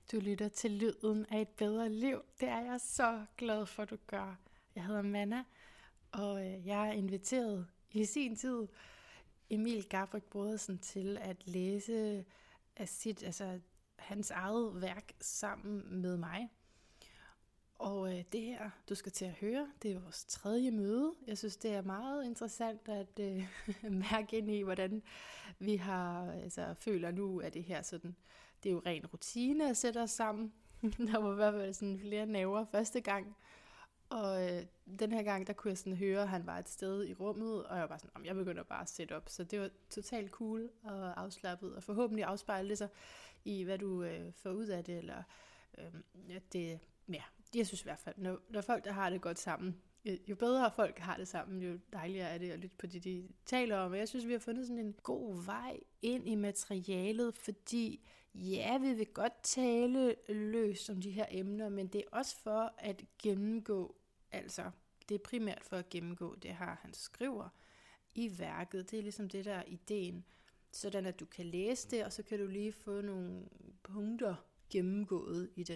Du lytter til Lyden af et bedre liv. Det er jeg så glad for, du gør. Jeg hedder Manna, og jeg har inviteret i sin tid Emil Gabrik Brodersen til at læse af hans eget værk sammen med mig. Og det her, du skal til at høre, det er vores 3. møde. Jeg synes, det er meget interessant at mærke ind i, hvordan vi har føler nu, at det her sådan, det er jo ren rutine at sætte os sammen. Der var i hvert fald sådan flere nerver første gang. Og den her gang, der kunne jeg sådan høre, at han var et sted i rummet, og jeg var bare sådan, jeg begynder bare at sætte op. Så det var totalt cool og afslappet, og forhåbentlig afspejle det sig i, hvad du får ud af det, eller jeg synes i hvert fald, når folk, der har det godt sammen, jo bedre folk har det sammen, jo dejligere er det at lytte på det, de taler om. Og jeg synes, vi har fundet sådan en god vej ind i materialet, fordi ja, vi vil godt tale løst om de her emner, men det er også for at gennemgå, altså det er primært for at gennemgå det her, han skriver i værket. Det er ligesom det, der er ideen, sådan at du kan læse det, og så kan du lige få nogle punkter gennemgået i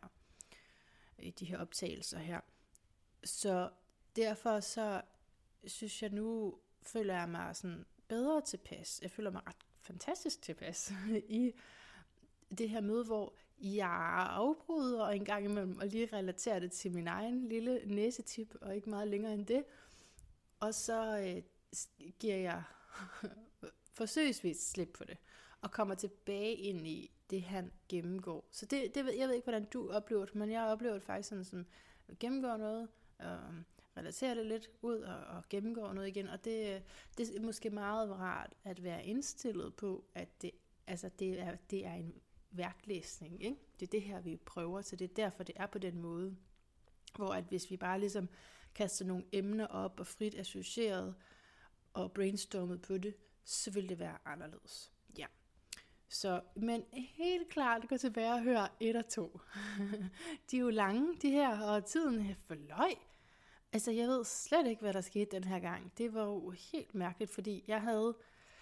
i de her optagelser her. Så derfor så synes jeg nu, føler jeg mig sådan bedre tilpas. Jeg føler mig ret fantastisk tilpas i det her møde, hvor jeg afbryder og en gang imellem og lige relaterer det til min egen lille næsetip, og ikke meget længere end det. Og så giver jeg forsøgsvis slip på det, og kommer tilbage ind i det, han gennemgår. Så jeg ved ikke, hvordan du oplever det, men jeg oplever det faktisk sådan, som gennemgår noget, relaterer det lidt ud og gennemgår noget igen, og det er måske meget rart at være indstillet på, at det er en værklæsning, ikke? Det er det her, vi prøver, så det er derfor, det er på den måde, hvor at hvis vi bare ligesom kaster nogle emner op og frit associeret og brainstormet på det, så vil det være anderledes. Ja. Så, men helt klart gå tilbage og høre 1 og 2. De er jo lange, de her, og tiden er for løg. Altså, jeg ved slet ikke, hvad der skete den her gang. Det var jo helt mærkeligt, fordi jeg havde,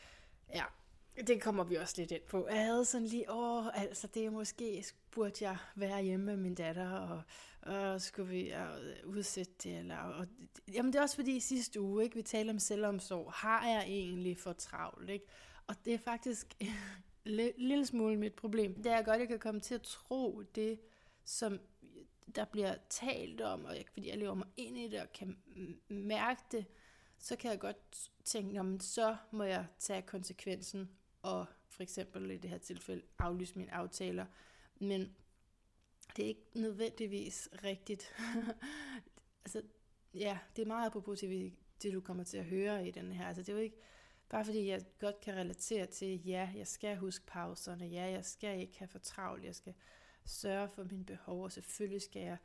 det kommer vi også lidt ind på. Jeg havde sådan lige, det er måske, burde jeg være hjemme med min datter, og skulle vi udsætte det, eller, jamen det er også fordi sidste uge, ikke, vi talte om selvomsorg, har jeg egentlig for travlt, ikke? Og det er faktisk lille smule mit problem. Det er godt, jeg kan komme til at tro det, som der bliver talt om, og fordi jeg lever mig ind i det, og kan mærke det, så kan jeg godt tænke, så må jeg tage konsekvensen, og for eksempel i det her tilfælde aflyse mine aftaler. Men det er ikke nødvendigvis rigtigt. Altså, ja, det er meget apropos til det, du kommer til at høre i den her. Altså, det er jo ikke bare fordi, jeg godt kan relatere til, ja, jeg skal huske pauserne, ja, jeg skal ikke have for travlt, jeg skal sørge for mine behov, og selvfølgelig skal jeg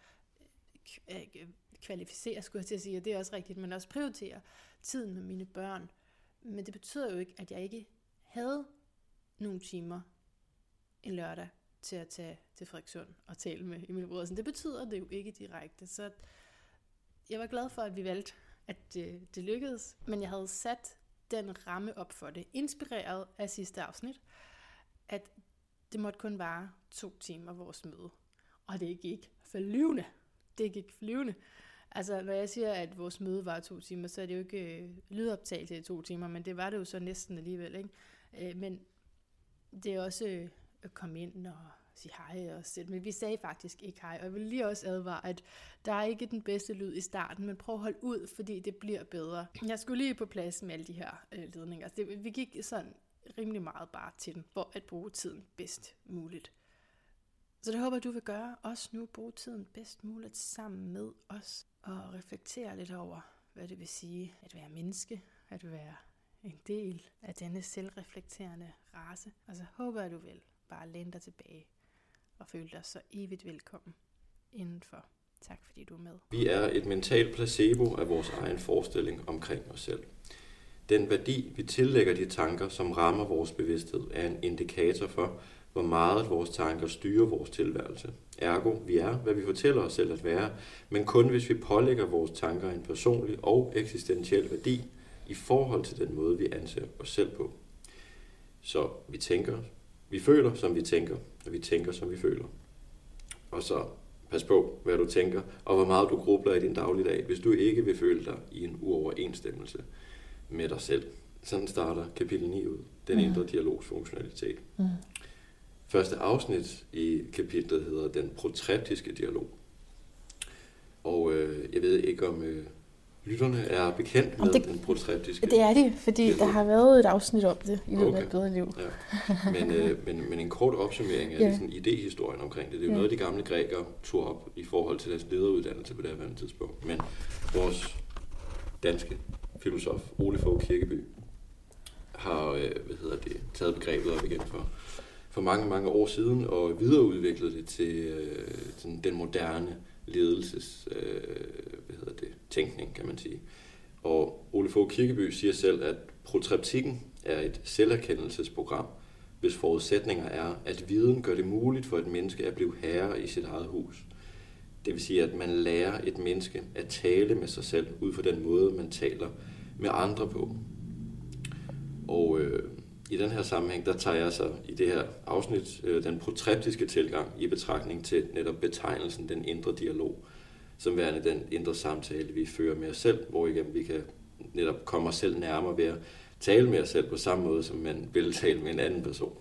kvalificere, skulle jeg til at sige, og det er også rigtigt, men også prioritere tiden med mine børn. Men det betyder jo ikke, at jeg ikke havde nogle timer en lørdag til at tage til Frederikssund og tale med Emil Brodersen. Det betyder det jo ikke direkte, så jeg var glad for, at vi valgte, at det lykkedes, men jeg havde sat den ramme op for det, inspireret af sidste afsnit, at det måtte kun vare 2 timer vores møde. Og det gik flyvende. Det gik flyvende. Altså, når jeg siger, at vores møde var 2 timer, så er det jo ikke lydoptagelse i 2 timer, men det var det jo så næsten alligevel, ikke? Men det er også at komme ind og sige hej og sætte. Men vi sagde faktisk ikke hej, og jeg vil lige også advare, at der er ikke den bedste lyd i starten, men prøv at holde ud, fordi det bliver bedre. Jeg skulle lige på plads med alle de her ledninger. Vi gik sådan rimelig meget bare til den, for at bruge tiden bedst muligt. Så det håber jeg, du vil gøre. Også nu bruge tiden bedst muligt sammen med os, og reflektere lidt over, hvad det vil sige at være menneske, at være en del af denne selvreflekterende race. Og så håber jeg, du vil bare læne dig tilbage og føle dig så evigt velkommen indenfor. Tak fordi du er med. Vi er et mentalt placebo af vores egen forestilling omkring os selv. Den værdi, vi tillægger de tanker, som rammer vores bevidsthed, er en indikator for, hvor meget vores tanker styrer vores tilværelse. Ergo, vi er, hvad vi fortæller os selv at være, men kun hvis vi pålægger vores tanker en personlig og eksistentiel værdi i forhold til den måde, vi anser os selv på. Så vi føler, som vi tænker, og vi tænker, som vi føler. Og så pas på, hvad du tænker, og hvor meget du grubler i din dagligdag, hvis du ikke vil føle dig i en uoverensstemmelse med dig selv. Sådan starter kapitel 9 ud. Den indre dialogsfunktionalitet. Første afsnit i kapitlet hedder den protreptiske dialog. Og jeg ved ikke, om lytterne er bekendt med den protreptiske. Det er de, fordi dialog. Der har været et afsnit om det i løbet af et bedre liv. Ja. Men en kort opsummering af sådan idéhistorien omkring det. Det er jo noget, de gamle grækere tog op i forhold til deres lederuddannelse på det her tidspunkt. Men vores danske filosof, Ole Fogh Kirkeby, har taget begrebet op igen for mange år siden og videreudviklet det til den moderne ledelses tænkning, kan man sige. Og Ole Fogh Kirkeby siger selv, at protreptikken er et selverkendelsesprogram, hvis forudsætninger er, at viden gør det muligt for et menneske at blive herre i sit eget hus. Det vil sige, at man lærer et menneske at tale med sig selv ud fra den måde, man taler med andre på. Og i den her sammenhæng, der tager jeg så i det her afsnit den protreptiske tilgang i betragtning til netop betegnelsen den indre dialog, som værende den indre samtale, vi fører med os selv, hvor igen vi kan netop komme os selv nærmere ved at tale med os selv på samme måde, som man vil tale med en anden person.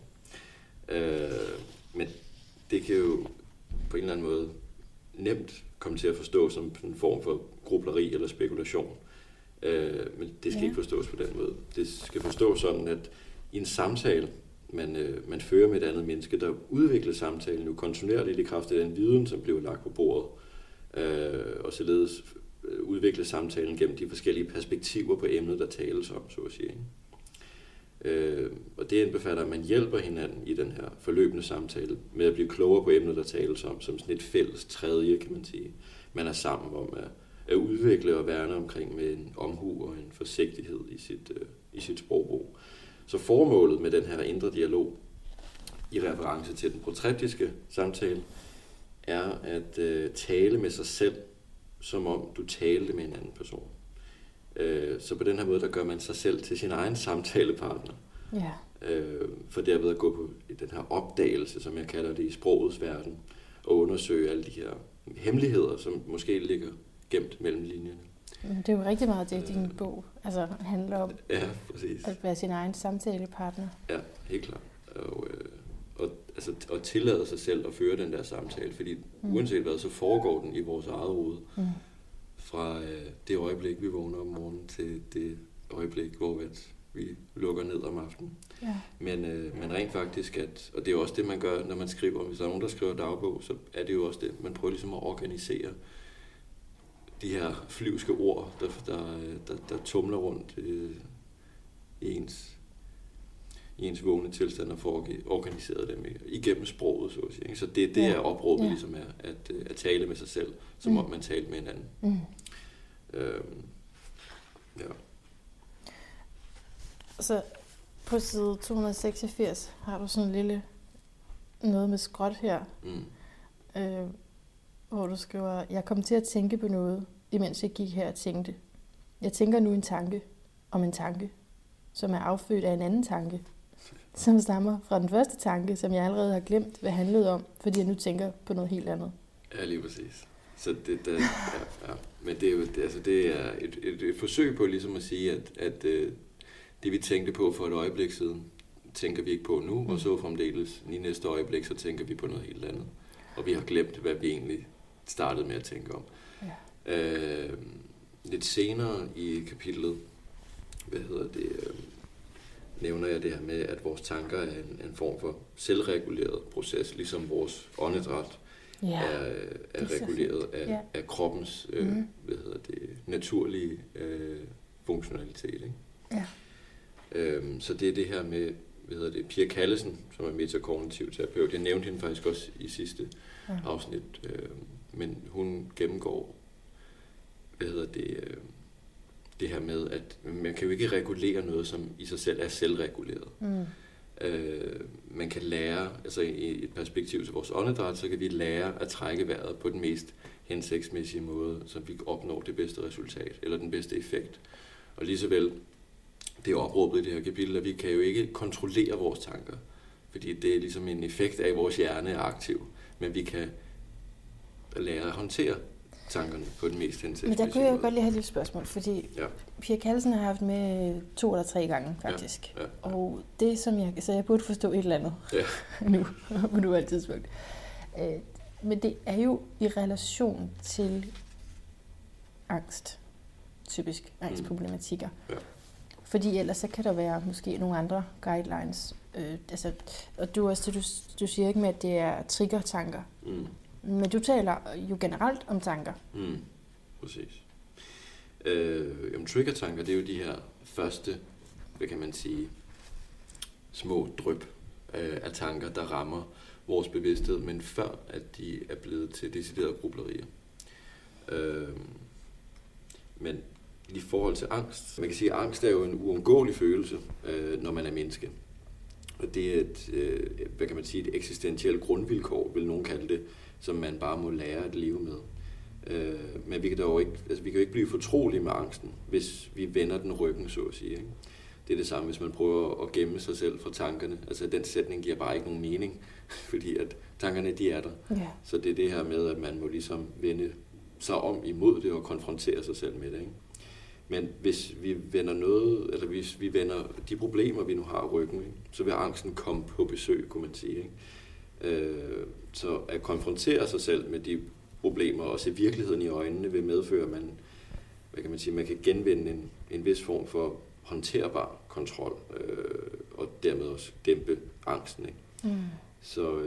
Men det kan jo på en eller anden måde nemt komme til at forstå som en form for grubleri eller spekulation. Men det skal ikke forstås på den måde. Det skal forstås sådan, at i en samtale, man fører med et andet menneske, der udvikler samtalen jo kontinuerligt i kraft af den viden, som bliver lagt på bordet, og således udvikle samtalen gennem de forskellige perspektiver på emnet, der tales om, så at sige. Og det indbefatter, at man hjælper hinanden i den her forløbende samtale med at blive klogere på emnet, der tales om, som sådan et fælles tredje, kan man sige. Man er sammen om at udvikle og værne omkring med en omhu og en forsigtighed i sit sprogbrug. Så formålet med den her indre dialog i reference til den protreptiske samtale er at tale med sig selv, som om du talte med en anden person. Så på den her måde, der gør man sig selv til sin egen samtalepartner. Ja. For derved at gå på den her opdagelse, som jeg kalder det i sprogets verden, og undersøge alle de her hemmeligheder, som måske ligger gemt mellem linjerne. Det er jo rigtig meget det, din bog handler om. Ja, præcis. At være sin egen samtalepartner. Ja, helt klart. Og tillade sig selv at føre den der samtale, fordi uanset hvad, så foregår den i vores eget hoved. Fra det øjeblik, vi vågner om morgenen, til det øjeblik, hvor vi lukker ned om aftenen. Ja. Men rent faktisk, og det er jo også det, man gør, når man skriver. Hvis der er nogen, der skriver dagbog, så er det jo også det, man prøver ligesom at organisere de her flyvske ord, der tumler rundt i ens vågne tilstand og få organiseret dem igennem sproget, så at sige. Så det er opråbet ligesom er at tale med sig selv, som om man talte med hinanden. Så på side 286 har du sådan en lille noget med skråt her, hvor du skriver, jeg kom til at tænke på noget, imens jeg gik her og tænkte. Jeg tænker nu en tanke om en tanke, som er affødt af en anden tanke, som stammer fra den første tanke, som jeg allerede har glemt, hvad handlede om, fordi jeg nu tænker på noget helt andet. Ja, lige præcis. Så men det er jo det er et forsøg på ligesom at sige, at det vi tænkte på for et øjeblik siden, tænker vi ikke på nu, og så fremdeles i næste øjeblik, så tænker vi på noget helt andet. Og vi har glemt, hvad vi egentlig startede med at tænke om. Ja. Lidt senere i kapitlet, nævner jeg det her med, at vores tanker er en form for selvreguleret proces, ligesom vores åndedræt er reguleret af kroppens naturlige funktionalitet. Ikke? Ja. Så det er det her med, Pia Callesen, som er metakognitiv terapeut. Jeg nævnte hende faktisk også i sidste afsnit, men hun gennemgår, det her med, at man kan jo ikke regulere noget, som i sig selv er selvreguleret. Man kan lære, i et perspektiv til vores åndedræt, så kan vi lære at trække vejret på den mest hensigtsmæssige måde, så vi opnår det bedste resultat, eller den bedste effekt. Og lige så vel, det er opråbet i det her kapitel, at vi kan jo ikke kontrollere vores tanker, fordi det er ligesom en effekt af, at vores hjerne er aktiv, men vi kan at lære at håndtere tankerne på den mest hensigtsmæssige måde. Men der kunne jeg jo godt lige have et lille spørgsmål, fordi Pia Kallesen har haft med 2 eller 3 gange, faktisk. Ja. Og det, som jeg burde forstå et eller andet nu, på nuværende tidspunkt. Men det er jo i relation til angst, typisk angstproblematikker. Ja. Fordi ellers så kan der være måske nogle andre guidelines. Og du siger ikke med, at det er trigger-tanker. Men du taler jo generelt om tanker. Præcis. Trigger-tanker, det er jo de her første, hvad kan man sige, små dryp af tanker, der rammer vores bevidsthed, men før at de er blevet til deciderede grublerier. Men i forhold til angst, man kan sige, at angst er jo en uundgåelig følelse, når man er menneske. Og det er hvad kan man sige, et eksistentielt grundvilkår, vil nogen kalde det, som man bare må lære at leve med. Men vi kan jo ikke blive fortrolige med angsten, hvis vi vender den ryggen, så at sige. Ikke? Det er det samme, hvis man prøver at gemme sig selv fra tankerne. Altså den sætning giver bare ikke nogen mening, fordi at tankerne, de er der. Yeah. Så det er det her med, at man må ligesom vende sig om imod det og konfrontere sig selv med det. Ikke? Men hvis vi vender de problemer, vi nu har i ryggen, ikke? Så vil angsten komme på besøg, kunne man sige. Ikke? Så at konfrontere sig selv med de problemer og se virkeligheden i øjnene vil medføre, at man kan genvinde en vis form for håndterbar kontrol, og dermed også dæmpe angsten. Ikke? Så,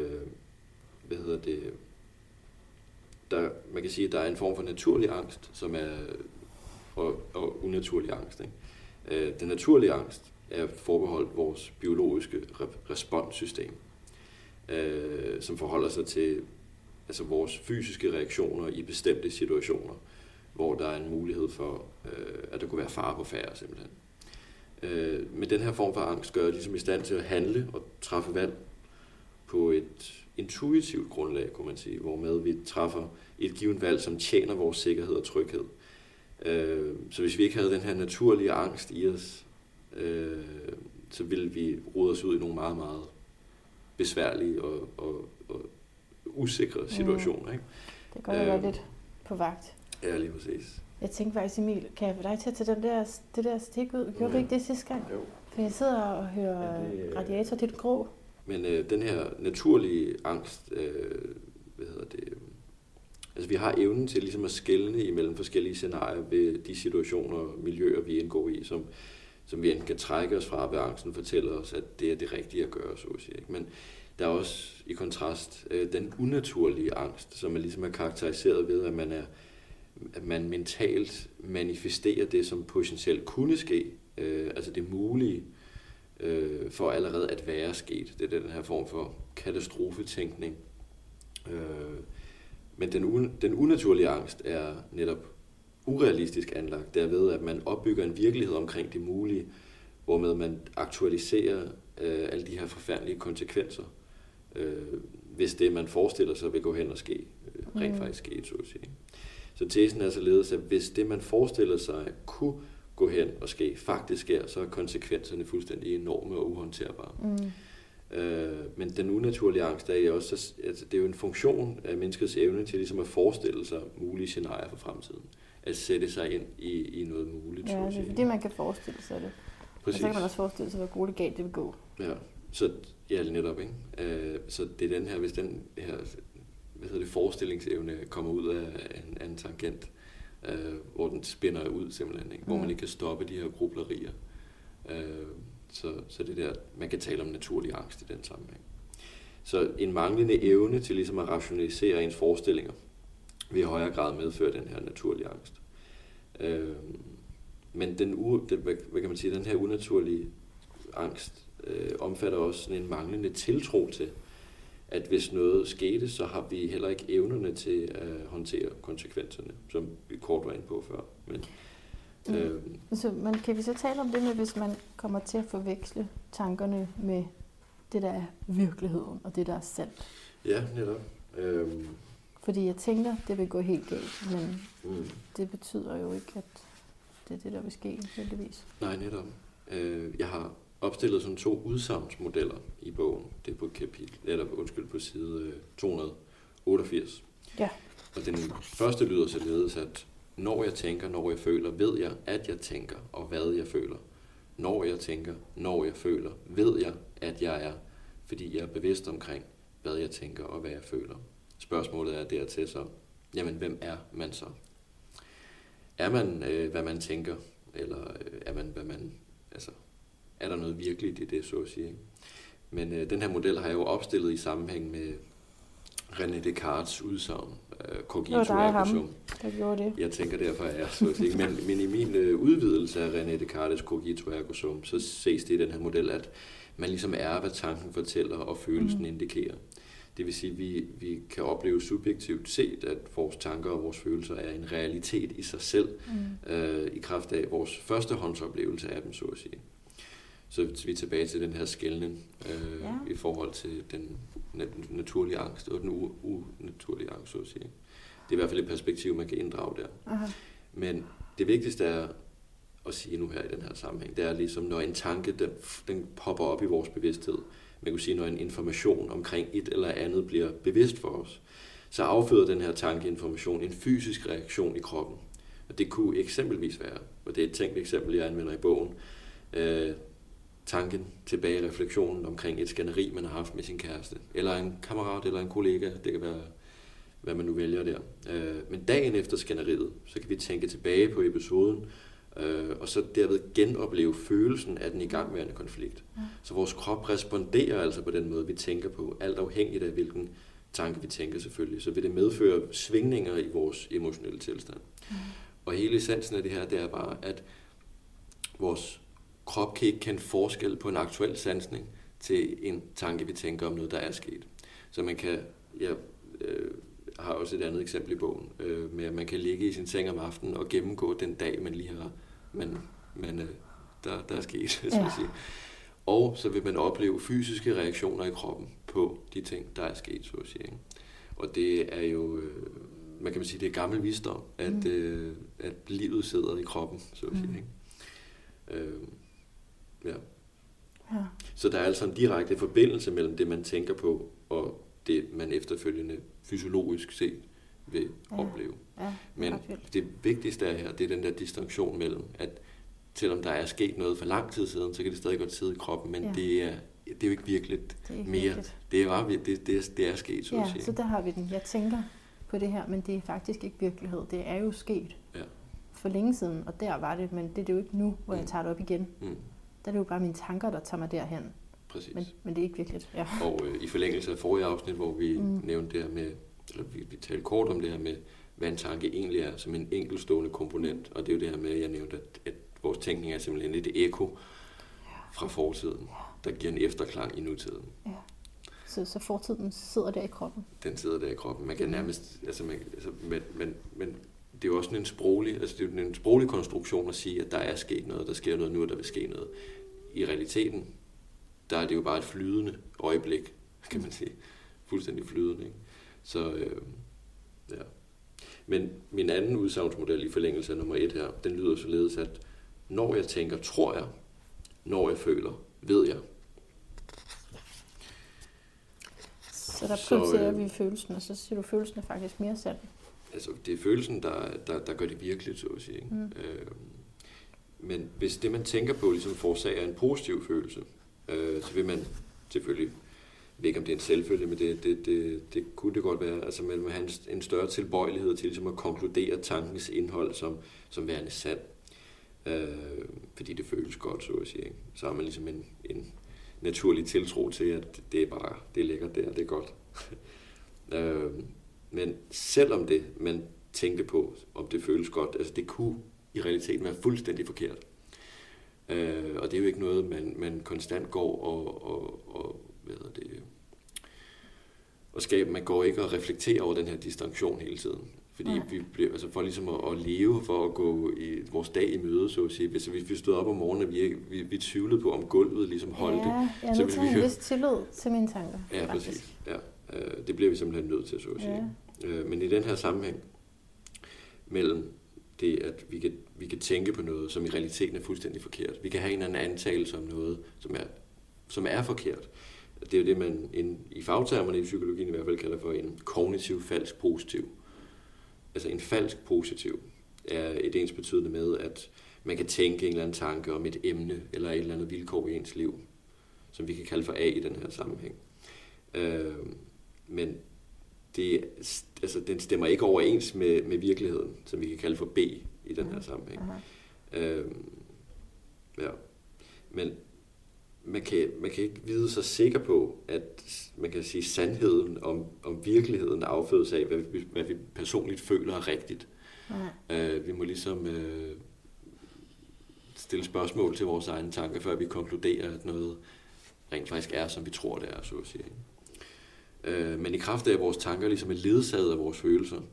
man kan sige, at der er en form for naturlig angst, som er og unaturlig angst. Ikke? Den naturlige angst er forbeholdt vores biologiske responssystem, som forholder sig til vores fysiske reaktioner i bestemte situationer, hvor der er en mulighed for, at der kunne være fare på færde simpelthen. Men den her form for angst gør ligesom i stand til at handle og træffe valg på et intuitivt grundlag, kunne man sige, hvormed vi træffer et givet valg, som tjener vores sikkerhed og tryghed. Så hvis vi ikke havde den her naturlige angst i os, så ville vi rode os ud i nogle meget, meget besværlige og usikre situationer. Ikke? Det går jo være lidt på vagt. Ja, lige præcis. Jeg tænkte faktisk, Emil, kan jeg få dig til at tage det der stik ud? Gjorde du ikke det sidste gang? Jo. For jeg sidder og hører radiator, det er grå. Men den her naturlige angst, altså vi har evnen til ligesom at skelne imellem forskellige scenarier ved de situationer og miljøer, vi indgår i, som vi enten kan trække os fra, ved angsten fortæller os, at det er det rigtige at gøre, så at sige. Men der er også i kontrast den unaturlige angst, som ligesom er karakteriseret ved, at man mentalt manifesterer det, som potentielt kunne ske, altså det mulige, for allerede at være sket. Det er den her form for katastrofetænkning. Men den unaturlige angst er netop urealistisk anlagt, derved at man opbygger en virkelighed omkring det mulige, hvormed man aktualiserer alle de her forfærdelige konsekvenser, hvis det, man forestiller sig, vil gå hen og ske, rent faktisk ske, så at sige. Så tesen er således, at hvis det, man forestiller sig, kunne gå hen og ske, faktisk sker, så er konsekvenserne fuldstændig enorme og uhåndterbare. Men den unaturlige angst er jo også, altså det er jo en funktion af menneskets evne til ligesom at forestille sig mulige scenarier for fremtiden. At sætte sig ind i noget muligt. Ja, det er fordi man kan forestille sig det. Præcis. Og så kan man også forestille sig, hvor grueligt galt det vil gå. Ja, så ja, netop, ikke? Så det er den her, hvis den her, forestillingsevne kommer ud af en tangent, hvor den spænder ud simpelthen, ikke? Hvor man ikke kan stoppe de her grublerier. Så det der, man kan tale om naturlig angst i den sammenhæng. Så en manglende evne til ligesom at rationalisere ens forestillinger vil i højere grad medføre den her naturlige angst. Men hvad kan man sige, den her unaturlige angst omfatter også sådan en manglende tiltro til, at hvis noget skete, så har vi heller ikke evnerne til at håndtere konsekvenserne, som vi kort var inde på før. Men kan vi så tale om det med, hvis man kommer til at forveksle tankerne med det, der er virkeligheden, og det, der er sandt? Ja, netop. Fordi jeg tænker, det vil gå helt galt, men det betyder jo ikke, at det er det, der vil ske, heldigvis. Nej, netop. Jeg har opstillet sådan 2 udsagnsmodeller i bogen. Det er på side 288. Ja. Og den første lyder således, at når jeg tænker, når jeg føler, ved jeg, at jeg tænker, og hvad jeg føler. Når jeg tænker, når jeg føler, ved jeg, at jeg er, fordi jeg er bevidst omkring, hvad jeg tænker og hvad jeg føler. Spørgsmålet er dertil så, jamen hvem er man så? Er man, hvad man tænker, eller er man, hvad man, altså, er der noget virkeligt i det, så at sige? Men den her model har jeg jo opstillet i sammenhæng med René Descartes' udsagn, cogito ergo sum. Der gjorde det. Jeg tænker derfor, at jeg så at sige. Men i min udvidelse af René Descartes' cogito ergo sum, så ses det i den her model, at man ligesom er, hvad tanken fortæller, og følelsen indikerer. Det vil sige, at vi kan opleve subjektivt set, at vores tanker og vores følelser er en realitet i sig selv, i kraft af vores førstehåndsoplevelse af dem, så at sige. Så vi er tilbage til den her skelnen i forhold til den naturlige angst og den unaturlige angst, så at sige. Det er i hvert fald et perspektiv, man kan inddrage der. Aha. Men det vigtigste er at sige nu her i den her sammenhæng, det er ligesom, når en tanke, den popper op i vores bevidsthed. Man kan sige, når en information omkring et eller andet bliver bevidst for os, så afføder den her tankeinformation en fysisk reaktion i kroppen. Og det kunne eksempelvis være, og det er et tænkt eksempel, jeg anvender i bogen, tanken tilbage i refleksionen omkring et skænderi, man har haft med sin kæreste, eller en kammerat, eller en kollega, det kan være, hvad man nu vælger der. Men dagen efter skænderiet, så kan vi tænke tilbage på episoden, og så derved genopleve følelsen af den igangværende konflikt. Så vores krop responderer altså på den måde, vi tænker på, alt afhængigt af hvilken tanke vi tænker selvfølgelig. Så vil det medføre svingninger i vores emotionelle tilstand. Og hele essensen af det her, det er bare, at vores krop kan ikke kende forskel på en aktuel sansning til en tanke, vi tænker om noget, der er sket. Så man kan, jeg har også et andet eksempel i bogen, med at man kan ligge i sin seng om aftenen og gennemgå den dag, man lige har, der er sket, så at sige. Og så vil man opleve fysiske reaktioner i kroppen på de ting, der er sket, så at sige. Og det er jo, man kan sige, det er gammel visdom, at livet sidder i kroppen, så at sige. Ja. Så der er altså en direkte forbindelse mellem det, man tænker på, og det, man efterfølgende fysiologisk set vil opleve. Men det vigtigste er her, det er den der distinktion mellem, at selvom der er sket noget for lang tid siden, så kan det stadig godt sidde i kroppen, men det er jo ikke virkeligt mere. Virkeligt. Det er bare det er sket, så at sige. Så der har vi den. Jeg tænker på det her, men det er faktisk ikke virkelighed. Det er jo sket for længe siden, og der var det, men det er det jo ikke nu, hvor jeg tager det op igen. Der er det jo bare mine tanker, der tager mig derhen. Præcis. Men det er ikke virkeligt. Ja. Og i forlængelse af forrige afsnit, hvor vi nævnte det her med, eller vi talte kort om det her med, hvad en tanke egentlig er som en enkeltstående komponent. Og det er jo det her med, at jeg nævnte, at vores tænkning er simpelthen et ekko fra fortiden, der giver en efterklang i nutiden. Ja. Så fortiden sidder der i kroppen? Den sidder der i kroppen. Man kan nærmest, men det er jo også en sproglig, det er en sproglig konstruktion at sige, at der er sket noget, der sker noget nu, og der vil ske noget. I realiteten, der er det jo bare et flydende øjeblik, kan man sige. Fuldstændig flydende, ikke? Så, ja. Men min anden udsagnsmodel i forlængelse af nummer 1 her, den lyder således, at når jeg tænker, tror jeg, når jeg føler, ved jeg. Så der prioriterer vi følelsen, og så siger du, at følelsen er faktisk mere sand. Altså, det er følelsen, der gør det virkeligt, så at sige. Men hvis det, man tænker på, ligesom forårsager en positiv følelse, så vil man selvfølgelig, jeg ved ikke om det er en selvfølge, men det kunne det godt være, altså man vil have en større tilbøjelighed til ligesom at konkludere tankens indhold som værende sand. Fordi det føles godt, så at sige. Ikke? Så har man ligesom en naturlig tiltro til, at det er lækkert der, det er godt. Men selvom det, man tænkte på, om det føles godt, altså det kunne i realiteten være fuldstændig forkert. Og det er jo ikke noget, man konstant går og skaber. Man går ikke og reflekterer over den her distinktion hele tiden. Fordi vi bliver, altså for ligesom at leve, for at gå i vores dag i møde, så at sige. Hvis vi stod op om morgenen, og vi tvivlede på, om gulvet ligesom holdte. Ja, jeg er nødt til at have en vis tillid til mine tanker. Ja, præcis. Ja. Det bliver vi simpelthen nødt til, så at sige. Men i den her sammenhæng, mellem det, at vi kan tænke på noget, som i realiteten er fuldstændig forkert. Vi kan have en anden antagelse om noget, som er forkert. Det er jo det, man i fagtermerne i psykologien i hvert fald kalder for en kognitiv falsk positiv. altså en falsk positiv er et ensbetydende med, at man kan tænke en eller anden tanke om et emne eller et eller andet vilkår i ens liv, som vi kan kalde for A i den her sammenhæng. Men den stemmer ikke overens med virkeligheden, som vi kan kalde for B i den her sammenhæng. Ja. Men man kan ikke vide sig sikker på, at man kan sige, sandheden om virkeligheden affødes af, hvad vi personligt føler er rigtigt. Vi må ligesom stille spørgsmål til vores egne tanker, før vi konkluderer, at noget rent faktisk er, som vi tror, det er, så at sige. Men i kraft af, at vores tanker ligesom er ledsaget af vores følelser,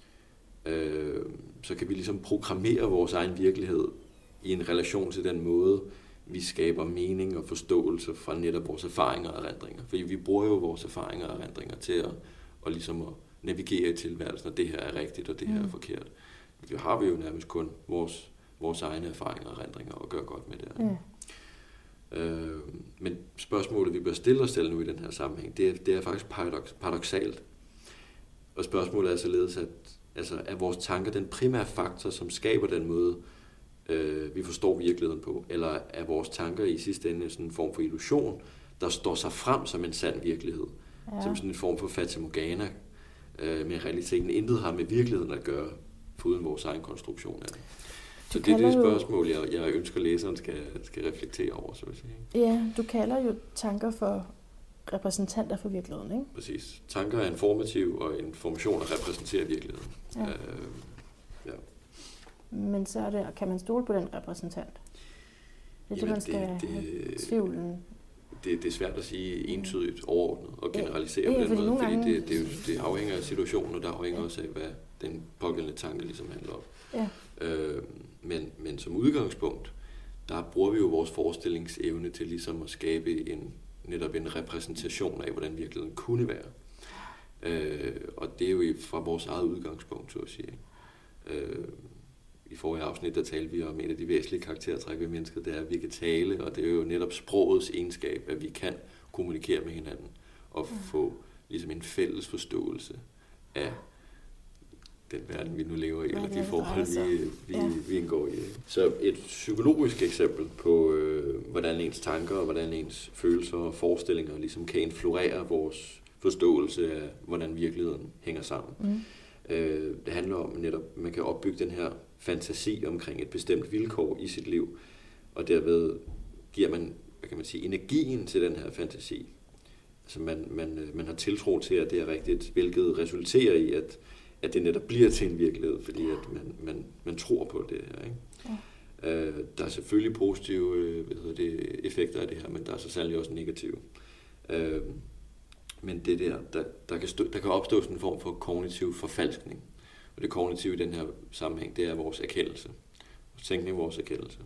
så kan vi ligesom programmere vores egen virkelighed i en relation til den måde, vi skaber mening og forståelse fra netop vores erfaringer og erindringer. Fordi vi bruger jo vores erfaringer og erindringer til at ligesom at navigere i tilværelsen, og det her er rigtigt, og det her er forkert. Det har vi jo nærmest kun vores egne erfaringer og erindringer at gøre godt med det. Men spørgsmålet, vi bør stille os selv nu i den her sammenhæng, det er faktisk paradoksalt. Og spørgsmålet er således, at er vores tanker den primære faktor, som skaber den måde, vi forstår virkeligheden på, eller er vores tanker i sidste ende sådan en form for illusion, der står sig frem som en sand virkelighed, som sådan en form for fatamorgana, men realiteten intet har med virkeligheden at gøre, foruden vores egen konstruktion af det. Så det er det spørgsmål, jeg ønsker læseren skal reflektere over, så at sige. Ja, du kalder jo tanker for repræsentanter for virkeligheden, ikke? Præcis. Tanker er informativ, og informationer repræsenterer virkeligheden. Ja. Men så er det, kan man stole på den repræsentant? Det er det, man skal have tvivlen. Det er svært at sige entydigt overordnet og generalisere på den måde, fordi det afhænger af situationen, og der afhænger også af, hvad den pågældende tanke ligesom handler om. Ja. Men som udgangspunkt, der bruger vi jo vores forestillingsevne til ligesom at skabe netop en repræsentation af, hvordan virkeligheden kunne være. Og det er jo fra vores eget udgangspunkt, så at sige. I forrige afsnit, der talte vi om en af de væsentlige karaktertræk ved mennesket, det er, at vi kan tale, og det er jo netop sprogets egenskab, at vi kan kommunikere med hinanden og få ligesom en fælles forståelse af den verden, vi nu lever i, eller de forhold, vi indgår i. Så et psykologisk eksempel på, hvordan ens tanker og hvordan ens følelser og forestillinger ligesom kan influere vores forståelse af, hvordan virkeligheden hænger sammen. Det handler om netop, at man kan opbygge den her fantasi omkring et bestemt vilkår i sit liv, og derved giver man, hvad kan man sige, energien til den her fantasi. Altså man har tiltro til, at det er rigtigt, hvilket resulterer i, at det netop bliver til en virkelighed, fordi at man tror på det her, ikke? Ja. Der er selvfølgelig positive effekter af det her, men der er så særlig også negative. Men det der kan opstå sådan en form for kognitiv forfalskning. Og det kognitive i den her sammenhæng, det er vores erkendelse. Tænkning vores erkendelse.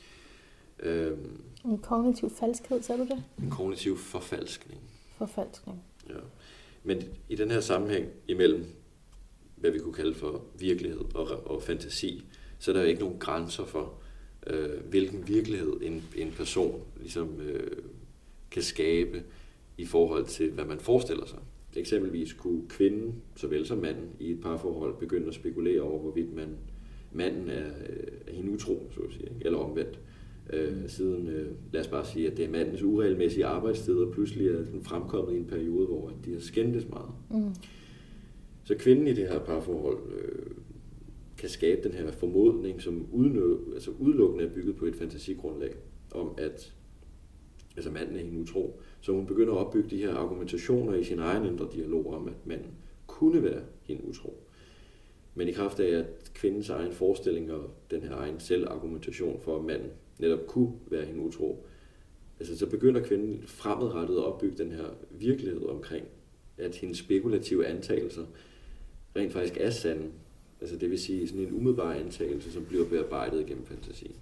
En kognitiv falskhed, sagde du det? En kognitiv forfalskning. Forfalskning. Ja. Men i den her sammenhæng imellem, hvad vi kunne kalde for virkelighed og fantasi, så er der jo ikke nogen grænser for, hvilken virkelighed en person ligesom kan skabe i forhold til, hvad man forestiller sig. Eksempelvis kunne kvinden, såvel som manden, i et parforhold begynde at spekulere over, hvorvidt manden er hende utro, så at sige, eller omvendt. Siden, lad os bare sige, at det er mandens uregelmæssige arbejdstider, pludselig er den fremkommet i en periode, hvor de har skændtes meget. Så kvinden i det her parforhold kan skabe den her formodning, som udelukkende er bygget på et fantasigrundlag, om at manden er hende utro. Så hun begynder at opbygge de her argumentationer i sin egen indre dialog om, at manden kunne være hende utro. Men i kraft af, at kvindens egen forestilling og den her egen selvargumentation for, at manden netop kunne være hende utro, så begynder kvinden fremadrettet at opbygge den her virkelighed omkring, at hendes spekulative antagelser rent faktisk er sande. Altså det vil sige sådan en umiddelbar antagelse, som bliver bearbejdet gennem fantasien.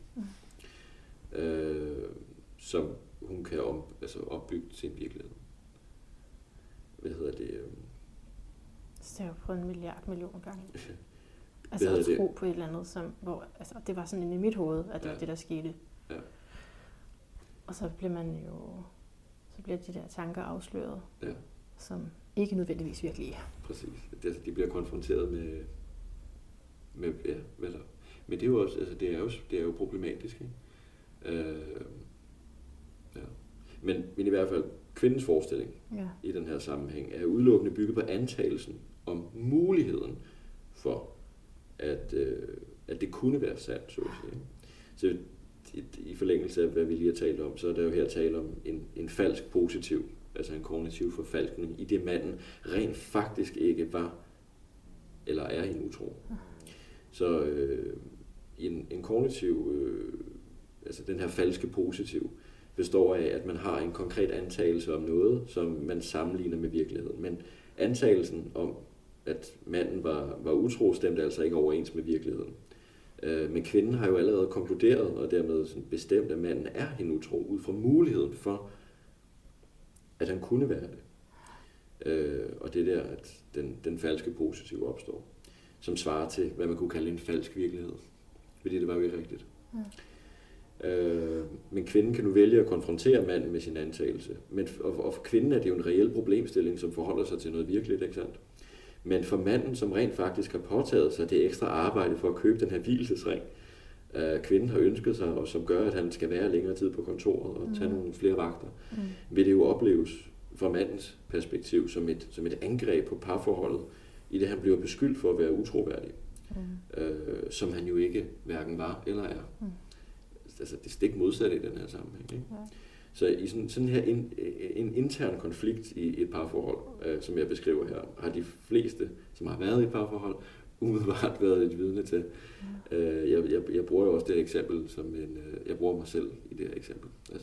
Som hun kan opbygge sin virkelighed. Hvad hedder det? Det er jo på 1 milliard gange. Altså at tro på et eller andet, hvor det var sådan i mit hoved, at det var det, der skete. Ja. Og så bliver de der tanker afsløret, som ikke nødvendigvis virkelige. Præcis. De bliver konfronteret Men det er jo også, altså det er jo problematisk, ikke? Ja. Men i hvert fald, kvindens forestilling i den her sammenhæng er udelukkende bygget på antagelsen om muligheden for, at det kunne være sandt, så at sige. Så i forlængelse af, hvad vi lige har talt om, så er der jo her tale om en falsk positiv, altså en kognitiv forfalskning, i det manden rent faktisk ikke var, eller er en utro. Så en kognitiv, altså den her falske positiv, består af, at man har en konkret antagelse om noget, som man sammenligner med virkeligheden. Men antagelsen om, at manden var utro, stemte altså ikke overens med virkeligheden. Men kvinden har jo allerede konkluderet, og dermed bestemt, at manden er hende utro, ud fra muligheden for, at han kunne være det. Og det er der, at den falske positive opstår, som svarer til, hvad man kunne kalde en falsk virkelighed. Fordi det var jo ikke rigtigt. Men kvinden kan nu vælge at konfrontere manden med sin antagelse. Og for kvinden er det jo en reel problemstilling, som forholder sig til noget virkeligt, ikke sandt? Men for manden, som rent faktisk har påtaget sig det ekstra arbejde for at købe den her hvilesesring, kvinden har ønsket sig, og som gør, at han skal være længere tid på kontoret og tage nogle flere vagter, vil det jo opleves fra mandens perspektiv som et angreb på parforholdet, i det han bliver beskyldt for at være utroværdig, som han jo ikke hverken var eller er. Altså det stik modsatte i den her sammenhæng. Ikke? Så i sådan her en intern konflikt i et parforhold, som jeg beskriver her, har de fleste, som har været i et parforhold, umiddelbart været et vidne til. Jeg bruger jo også det eksempel som jeg bruger mig selv i det her eksempel. Altså,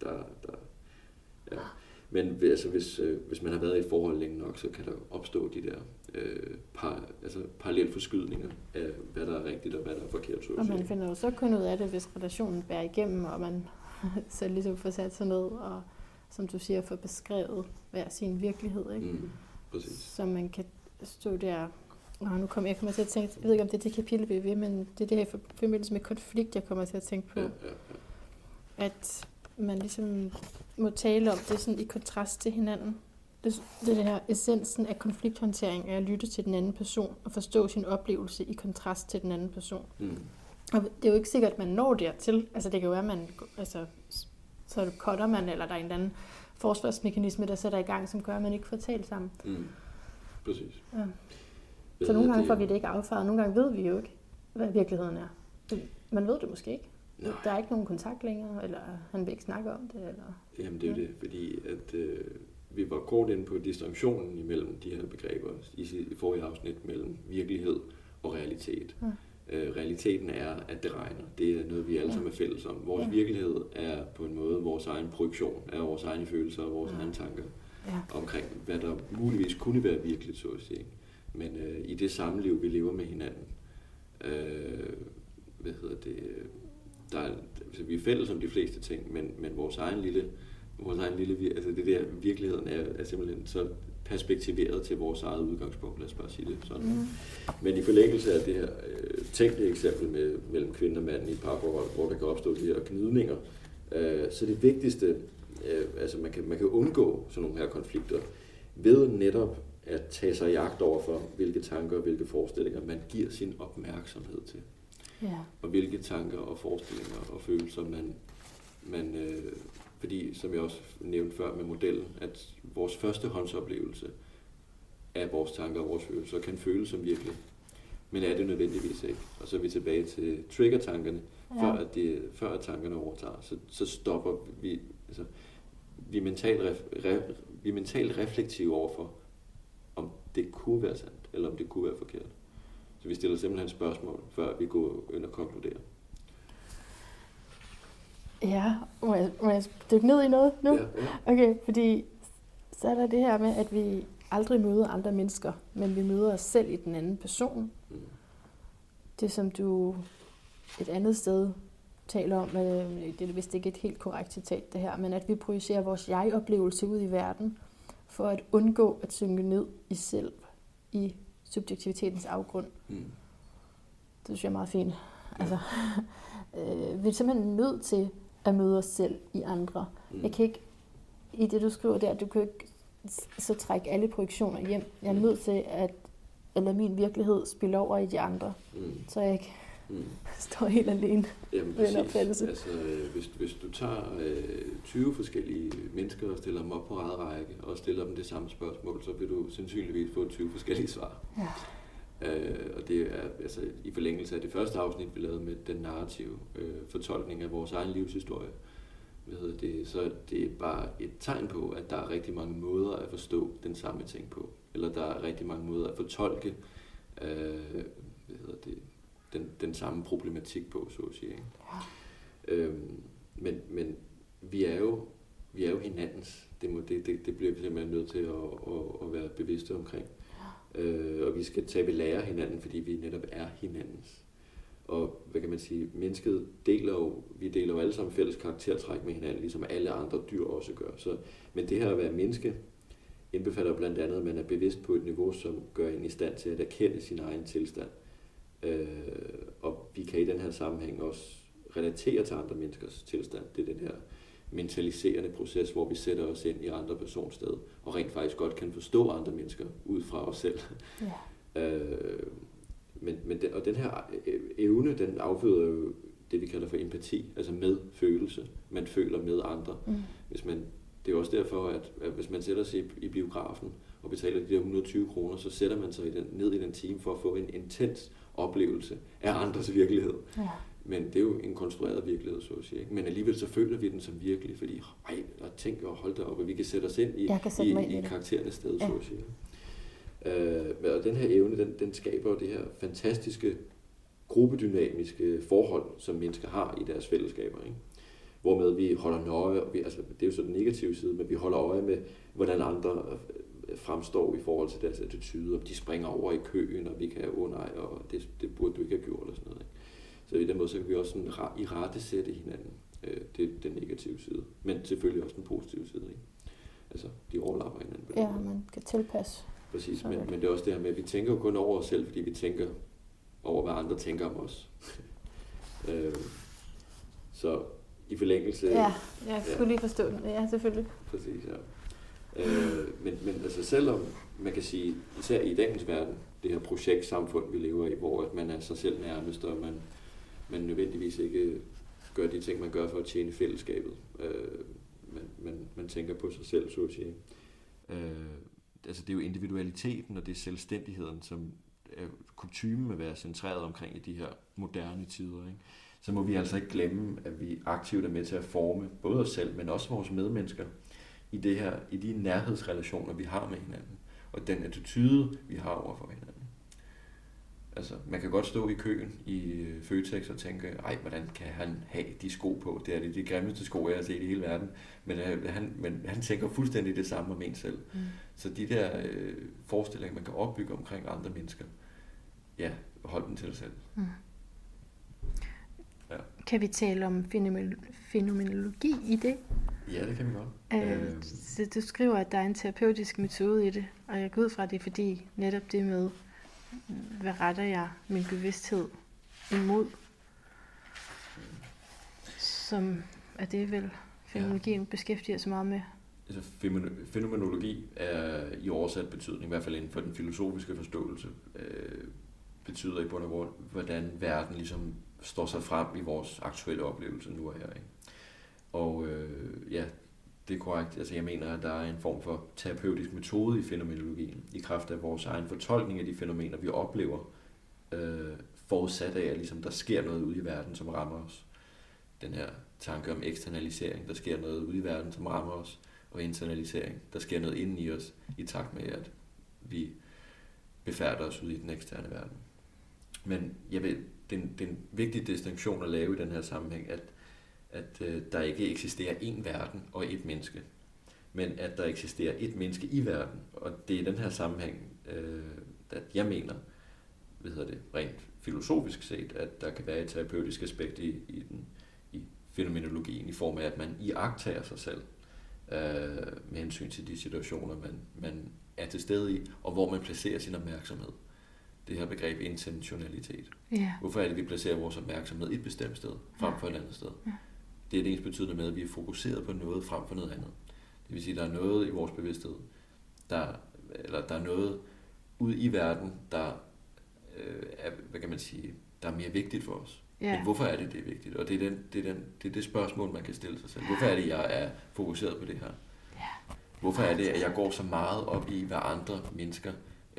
ja. Men altså, hvis man har været i et forhold længe nok, så kan der opstå de der parallelforskydninger af, hvad der er rigtigt og hvad der er forkert. Og man finder jo så kun ud af det, hvis relationen bærer igennem, og man så ligesom får sat sig ned og, som du siger, får beskrevet hver sin virkelighed. Ikke? Præcis. Så man kan stå der. Nu kommer jeg til at tænke, jeg ved ikke om det er det kapitel, vi er ved, men det er det her i forbindelse med konflikt, jeg kommer til at tænke på. Ja. At man ligesom må tale om det sådan i kontrast til hinanden. Det her essensen af konflikthåndtering er at lytte til den anden person og forstå sin oplevelse i kontrast til den anden person. Og det er jo ikke sikkert, at man når dertil. Altså det kan jo være, at man, så cutter man, eller der er en eller anden forsvarsmekanisme, der sætter i gang, som gør, at man ikke får talt sammen. Præcis. Ja. Så nogle gange får vi det ikke affaret, nogle gange ved vi jo ikke, hvad virkeligheden er. Man ved det måske ikke. Nej. Der er ikke nogen kontakt længere, eller han vil ikke snakke om det. Eller... Jamen det er jo det, fordi at, vi var kort inde på distinktionen imellem de her begreber i forrige afsnit mellem virkelighed og realitet. Realiteten er, at det regner. Det er noget, vi alle sammen er fælles om. Vores virkelighed er på en måde vores egen projektion af vores egne følelser og vores egne tanker omkring, hvad der muligvis kunne være virkeligt, så at sige. Men i det samliv, vi lever med hinanden, altså, vi er fælles om de fleste ting, men vores egen lille, altså det der virkeligheden er simpelthen så perspektiveret til vores eget udgangspunkt, lad os bare sige det sådan. Men i forlængelse af det her tænkte eksempel mellem kvinde og mand i et parforhold, hvor der kan opstå de her gnidninger, så det vigtigste, altså man kan undgå sådan nogle her konflikter ved netop at tage sig i agt over for, hvilke tanker og hvilke forestillinger man giver sin opmærksomhed til. Ja. Og hvilke tanker og forestillinger og følelser man fordi, som jeg også nævnte før med modellen, at vores førstehåndsoplevelse af vores tanker og vores følelser kan føles som virkelig. Men er det nødvendigvis ikke. Og så er vi tilbage til trigger-tankerne. Før at tankerne overtager, så stopper vi. Altså, vi er mentalt reflektive overfor, om det kunne være sandt, eller om det kunne være forkert. Så vi stiller simpelthen spørgsmål, før vi går ind og konkluderer. Ja, må jeg dykke ned i noget nu? Ja. Okay, fordi så er der det her med, at vi aldrig møder andre mennesker, men vi møder os selv i den anden person. Det som du et andet sted taler om, det er vist ikke et helt korrekt citat det her, men at vi projicerer vores jeg-oplevelse ud i verden, for at undgå at synke ned i selv, i subjektivitetens afgrund. Det synes jeg er meget fint. Altså, vi er simpelthen nødt til at møde os selv i andre. Jeg kan ikke, i det du skriver der, du kan ikke så trække alle projektioner hjem. Jeg er nødt til at eller min virkelighed spille over i de andre, så jeg ikke står helt alene med en opfattelse. Altså, hvis du tager 20 forskellige mennesker og stiller dem op på række række og stiller dem det samme spørgsmål, så vil du sandsynligvis få 20 forskellige svar. Ja. Og det er altså i forlængelse af det første afsnit, vi lavede med den narrative fortolkning af vores egen livshistorie. Så det er bare et tegn på, at der er rigtig mange måder at forstå den samme ting på. Eller der er rigtig mange måder at fortolke den samme problematik på, så at sige. Ikke? Ja. Men vi er jo hinandens. Det bliver vi simpelthen nødt til at være bevidste omkring. Ja. Og vi skal tage ved lære hinanden, fordi vi netop er hinandens. Og hvad kan man sige, mennesket deler jo alle sammen fælles karaktertræk med hinanden, ligesom alle andre dyr også gør. Men det her at være menneske indbefatter blandt andet, at man er bevidst på et niveau, som gør en i stand til at erkende sin egen tilstand. Og vi kan i den her sammenhæng også relatere til andre menneskers tilstand. Det er den her mentaliserende proces, hvor vi sætter os ind i andre persons sted, og rent faktisk godt kan forstå andre mennesker ud fra os selv. Ja. Og den her evne, den afføder jo det, vi kalder for empati, altså medfølelse. Man føler med andre. Det er også derfor, at hvis man sætter sig i biografen og betaler de der 120 kroner, så sætter man sig ned i den time for at få en intens oplevelse af andres virkelighed. Ja. Men det er jo en konstrueret virkelighed, så at sige. Ikke? Men alligevel så føler vi den som virkelig, fordi tænk og hold da op, og vi kan sætte os ind i karakterernes sted, så at sige. Og den her evne, den skaber jo det her fantastiske gruppedynamiske forhold, som mennesker har i deres fællesskaber, ikke? Hvormed vi holder nøje, det er jo så den negative side, men vi holder øje med, hvordan andre fremstår i forhold til deres attitude, om de springer over i køen, og vi kan, nej, og det burde du ikke have gjort, og sådan noget. Ikke? Så i den måde, så kan vi også sådan irettesætte hinanden, det er den negative side, men selvfølgelig også den positive side, ikke? Altså, de overlapper hinanden. Ja, man kan tilpasse. Præcis, men det er også det her med, at vi tænker jo kun over os selv, fordi vi tænker over, hvad andre tænker om os. Så i forlængelse... Ja, jeg skulle lige forstå den. Ja, selvfølgelig. Præcis, ja. Men altså selvom man kan sige, især i dagens verden, det her projektsamfund, vi lever i, hvor at man er sig selv nærmest, og man nødvendigvis ikke gør de ting, man gør for at tjene fællesskabet. Man tænker på sig selv, så at sige. Altså det er jo individualiteten, og det er selvstændigheden, som er kutymen at være centreret omkring i de her moderne tider, ikke? Så må vi altså ikke glemme, at vi aktivt er med til at forme både os selv, men også vores medmennesker i de nærhedsrelationer, vi har med hinanden, og den attitude, vi har over for hinanden. Altså, man kan godt stå i køen i Føtex og tænke, hvordan kan han have de sko på? Det er de grimmeste sko, jeg har set i hele verden. Men han tænker fuldstændig det samme om en selv. Så de der forestillinger, man kan opbygge omkring andre mennesker, hold den til dig selv. Ja. Kan vi tale om fænomenologi i det? Ja, det kan vi godt. Så du skriver, at der er en terapeutisk metode i det, og jeg går ud fra det, fordi netop det med, hvad retter jeg min bevidsthed imod, som er det vel fænomenologien beskæftiger sig meget med. Altså fænomenologi er i oversat betydning, i hvert fald inden for den filosofiske forståelse, betyder i bund og grund, hvordan verden ligesom står sig frem i vores aktuelle oplevelse nu og her. Ikke? Og det er korrekt. Altså jeg mener, at der er en form for terapeutisk metode i fænomenologien, i kraft af vores egen fortolkning af de fænomener, vi oplever, forudsat af, at ligesom, der sker noget ude i verden, som rammer os. Den her tanke om eksternalisering, der sker noget ude i verden, som rammer os, og internalisering, der sker noget inden i os, i takt med, at vi befærder os ud i den eksterne verden. Men det er en vigtig distinktion at lave i den her sammenhæng, at der ikke eksisterer én verden og ét menneske, men at der eksisterer ét menneske i verden. Og det er i den her sammenhæng, at jeg mener, rent filosofisk set, at der kan være et terapeutisk aspekt i fænomenologien, i form af, at man iagttager sig selv med hensyn til de situationer, man er til stede i, og hvor man placerer sin opmærksomhed. Det her begreb intentionalitet. Yeah. Hvorfor er det, vi placerer vores opmærksomhed et bestemt sted, frem for et andet sted? Yeah. Det er det ens betydende med, at vi er fokuseret på noget frem for noget andet. Det vil sige, at der er noget i vores bevidsthed, der er noget ud i verden, der er, hvad kan man sige, der er mere vigtigt for os. Ja. Men hvorfor er det vigtigt? Og det er det spørgsmål, man kan stille sig selv. Hvorfor er det, jeg er fokuseret på det her? Ja. Hvorfor er det, at jeg går så meget op i, hvad andre mennesker,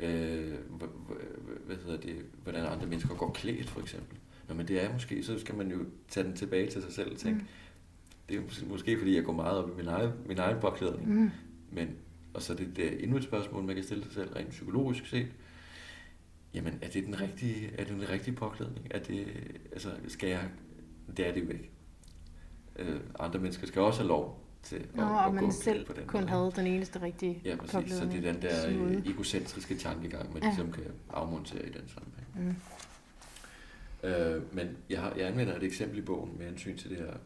hvordan andre mennesker går klædt, for eksempel? Nå, men det er måske, så skal man jo tage den tilbage til sig selv og tænke, det er måske fordi, jeg går meget op i min egen påklædning. Og så er det endnu et spørgsmål, man kan stille sig selv rent psykologisk set. Jamen, er det den rigtige påklædning? Skal jeg... Det er det jo ikke. Andre mennesker skal også have lov til at man gå selv på den kun måde. havde den eneste rigtige påklædning. Så det er den der egocentriske tankegang, man ligesom kan afmontere i den sammenhæng. Men jeg anvender et eksempel i bogen med hensyn til det her,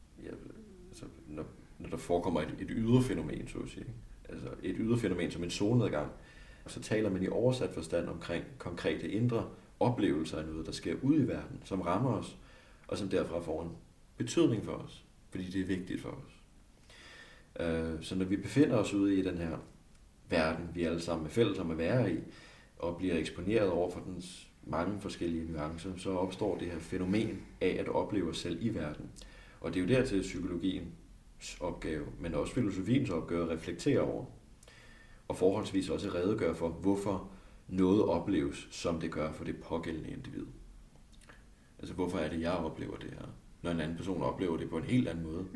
når der forekommer et ydre fænomen, så at sige. Altså et ydre fænomen som en solnedgang, så taler man i oversat forstand omkring konkrete indre oplevelser af noget, der sker ude i verden, som rammer os, og som derfra får en betydning for os, fordi det er vigtigt for os. Så når vi befinder os ude i den her verden, vi alle sammen er fælles om at være i, og bliver eksponeret over for dens mange forskellige nuancer, så opstår det her fænomen af at opleve os selv i verden. Og det er jo dertil psykologiens opgave, men også filosofiens opgave at reflektere over, og forholdsvis også redegøre for, hvorfor noget opleves, som det gør for det pågældende individ. Altså, hvorfor er det, jeg oplever det her, når en anden person oplever det på en helt anden måde.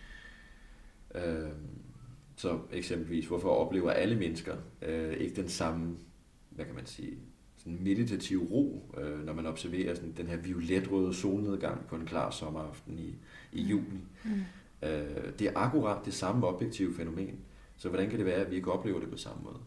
Så eksempelvis, hvorfor oplever alle mennesker ikke den samme, hvad kan man sige, sådan meditativ ro, når man observerer sådan den her violetrøde solnedgang på en klar sommeraften i juni. Det er akkurat det samme objektive fænomen. Så hvordan kan det være, at vi ikke oplever det på samme måde?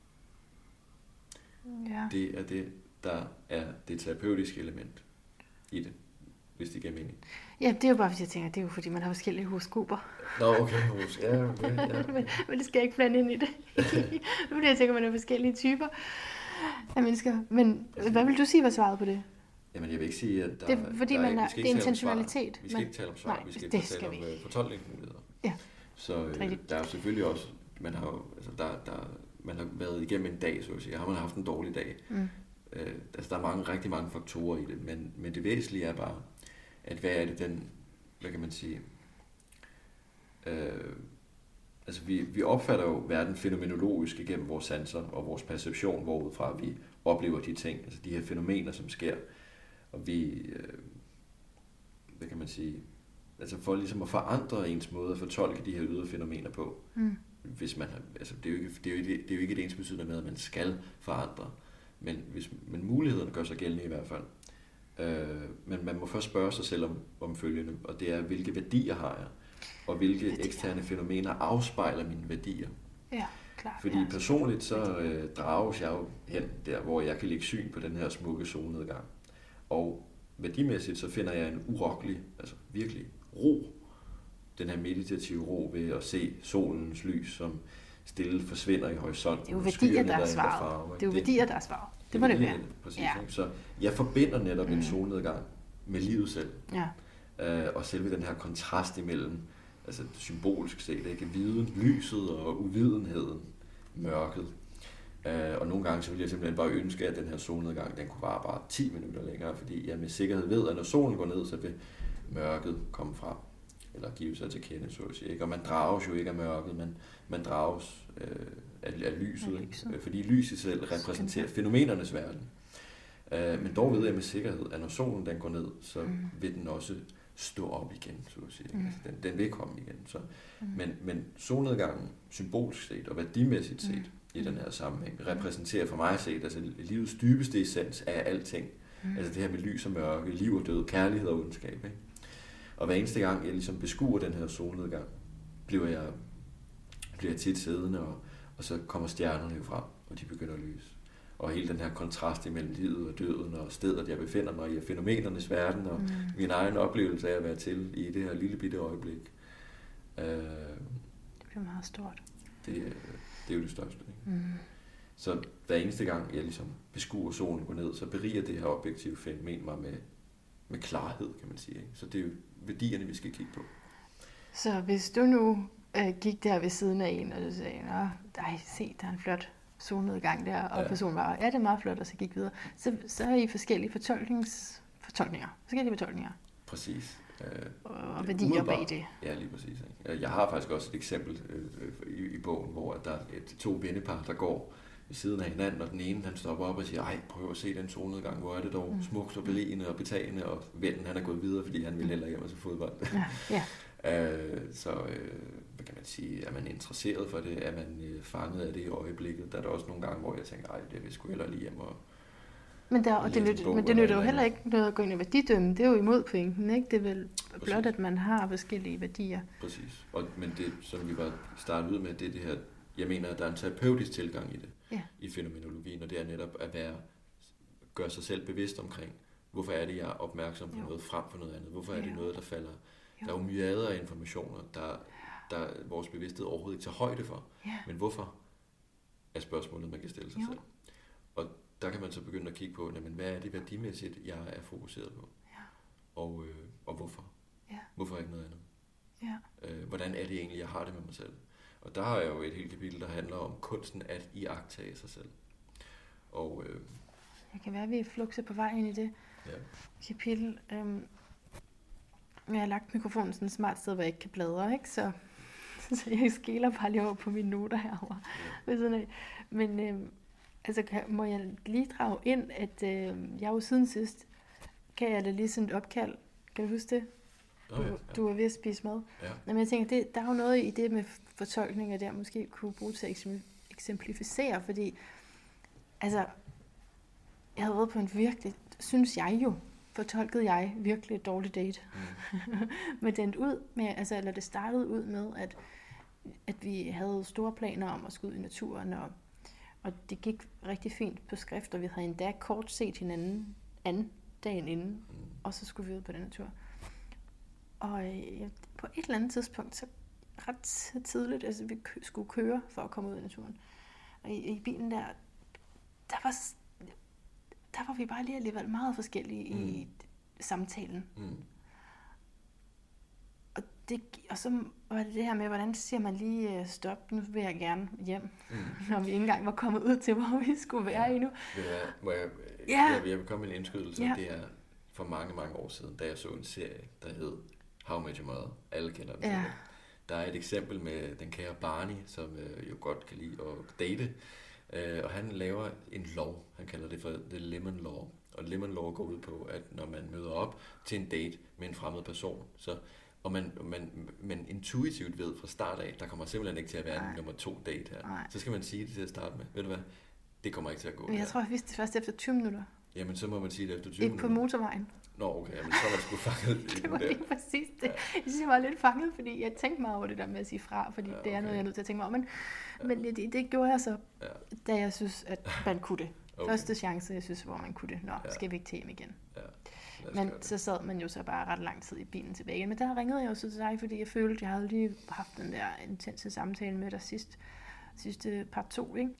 Ja. Det er det, der er det terapeutiske element i det, hvis det giver mening. Ja, det er jo bare, hvis jeg tænker, det er jo fordi, man har forskellige horoskoper. Nå, okay. Ja. men det skal jeg ikke blande ind i det. Fordi jeg tænker, man er forskellige typer af mennesker. Men hvad vil du sige var svaret på det? Jamen, jeg vil ikke sige, at det er, fordi det er intentionalitet. Vi skal ikke tale om svar, nej, vi skal tale om fortolkningsmuligheder. Ja. Så der er selvfølgelig også, man har været igennem en dag, så at sige. Har man haft en dårlig dag? Der er rigtig mange faktorer i det, men det væsentlige er bare, at hvad er det hvad kan man sige, vi opfatter jo verden fænomenologisk igennem vores sanser og vores perception, hvorudfra vi oplever de ting, altså de her fænomener, som sker. Og vi, hvad kan man sige, altså for ligesom at forandre ens måde at fortolke de her ydre fænomener på. Hvis man, altså det er jo ikke et ensbetydende med, at man skal forandre, men mulighederne gør sig gældende i hvert fald. Men man må først spørge sig selv om følgende, og det er, hvilke værdier har jeg, og hvilke eksterne fænomener afspejler mine værdier. Ja, klart. Fordi personligt så drages jeg jo hen der, hvor jeg kan lægge syn på den her smukke solnedgang. Og værdimæssigt så finder jeg en urokkelig, altså virkelig ro, den her meditative ro ved at se solens lys, som stille forsvinder i horisonten. Det er jo værdier, der er svaret. Det er jo værdier, der er svaret. Det må det være. Præcis, ja. Så jeg forbinder netop en solnedgang med livet selv. Ja. Og selve den her kontrast imellem, altså symbolisk set, ikke? Lyset og uvidenheden, mørket. Og nogle gange så vil jeg simpelthen bare ønske, at den her solnedgang, den kunne vare bare 10 minutter længere, fordi jeg med sikkerhed ved, at når solen går ned, så vil mørket komme frem, eller give sig til kende, så at sige. Ikke? Og man drages jo ikke af mørket, men man drages af lyset, fordi lyset selv repræsenterer fænomenernes verden. Men dog ved jeg med sikkerhed, at når solen den går ned, så vil den også stå op igen, så at sige. Altså, den vil komme igen. Så. Men solnedgangen, symbolisk set og værdimæssigt set, i den her sammenhæng, repræsenterer for mig set, altså livets dybeste essens af alting. Altså det her med lys og mørke, liv og død, kærlighed og ondskab. Ikke? Og hver eneste gang, jeg ligesom beskuer den her solnedgang, bliver jeg tit siddende, og så kommer stjernerne jo frem, og de begynder at lyse. Og hele den her kontrast imellem livet og døden, og stedet, jeg befinder mig i, og fænomenernes verden, og min egen oplevelse af at være til i det her lille bitte øjeblik. Det bliver meget stort. Det er jo det største. Ikke? Så hver eneste gang, jeg ligesom beskuer solen gå ned, så beriger det her objektive fænomen mig med klarhed, kan man sige. Ikke? Så det er jo værdierne, vi skal kigge på. Så hvis du nu gik der ved siden af en, og du sagde, nej, se, der er en flot solnedgang der, og personen var, ja, det er meget flot, og så gik videre. Så er I forskellige forskellige fortolkninger. Præcis. Og værdier bag det. Ja, lige præcis. Ikke? Jeg har faktisk også et eksempel i bogen, hvor der er to vennepar, der går ved siden af hinanden, og den ene han stopper op og siger, ej, prøv at se den solnedgang, hvor er det dog smukt og beligende og betagende, og vennen han er gået videre, fordi han vil hellere hjem og se fodbold. Ja. Hvad kan man sige, er man interesseret for det, er man fanget af det i øjeblikket? Der er der også nogle gange, hvor jeg tænker, ej, det vil sgu hellere lige hjem og... Men det nytter jo heller ikke noget at gå ind i værdidømme. Det er jo imod pointen, ikke? Det er vel blot, at man har forskellige værdier. Præcis. Men det, som vi var startet ud med, det her, jeg mener, at der er en terapeutisk tilgang i det, i fænomenologien, og det er netop at gøre sig selv bevidst omkring, hvorfor er det, jeg er opmærksom på noget frem for noget andet? Hvorfor er det noget, der falder? Der er jo myriader af informationer, der vores bevidsthed overhovedet ikke tager højde for. Men hvorfor er spørgsmålet, man kan stille sig selv. Og der kan man så begynde at kigge på, hvad er det værdimæssigt, jeg er fokuseret på? Og hvorfor? Hvorfor ikke noget andet? Hvordan er det egentlig, jeg har det med mig selv? Og der har jeg jo et helt kapitel, der handler om kunsten at iagttage sig selv. Og jeg kan være, at vi er flukse på vej ind i det kapitel. Jeg har lagt mikrofonen sådan et smart sted, hvor jeg ikke kan bladre, ikke? Så jeg skæler bare lige over på mine noter herovre. Men må jeg lige drage ind, at jeg jo siden sidst, kan jeg da lige sådan et opkald. Kan du huske det? Du var ved at spise mad. Men jeg tænker, der er jo noget i det med fortolkninger, der måske kunne bruge til at eksemplificere, fordi jeg havde været på en virkelig, synes jeg jo, fortolkede jeg virkelig et dårligt date. Men det startede ud med, at vi havde store planer om at skulle ud i naturen, og det gik rigtig fint på skrift, og vi havde endda kort set hinanden dagen inden, og så skulle vi ud på den tur. Og på et eller andet tidspunkt, så ret tidligt, vi skulle køre for at komme ud i naturen. Og i bilen der var vi bare lige alligevel meget forskellige i samtalen. Og så var det her med, hvordan siger man lige stop, nu vil jeg gerne hjem, når vi ikke engang var kommet ud til, hvor vi skulle være endnu. Jeg vil komme med en indskydelse. Det er for mange, mange år siden, da jeg så en serie, der hed How I Met Your Mother. Alle kender den. Der er et eksempel med den kære Barney, som jo godt kan lide at date. Og han laver en lov, han kalder det for The Lemon Law. Og Lemon Law går ud på, at når man møder op til en date med en fremmed person, og man intuitivt ved fra start af, der kommer simpelthen ikke til at være en nummer 2 date her. Så skal man sige det til at starte med. Ved du hvad? Det kommer ikke til at gå. Men jeg tror, jeg vidste det først efter 20 minutter. Jamen, så må man sige det efter 20 minutter. På motorvejen. Nå, okay. Jamen, så var det sgu fanget. Det var lige præcis det. Jeg synes, jeg var lidt fanget, fordi jeg tænkte mig over det der med at sige fra, fordi det er noget, jeg er nødt til at tænke mig om. Men det gjorde jeg så, da jeg synes, at man kunne det. Første chance, jeg synes, hvor man kunne det. Skal vi ikke til hjem igen? Men så sad man jo så bare ret lang tid i bilen tilbage. Men der ringede jeg jo så til dig, fordi jeg følte, at jeg havde lige haft den der intense samtale med dig sidste part 2, ikke?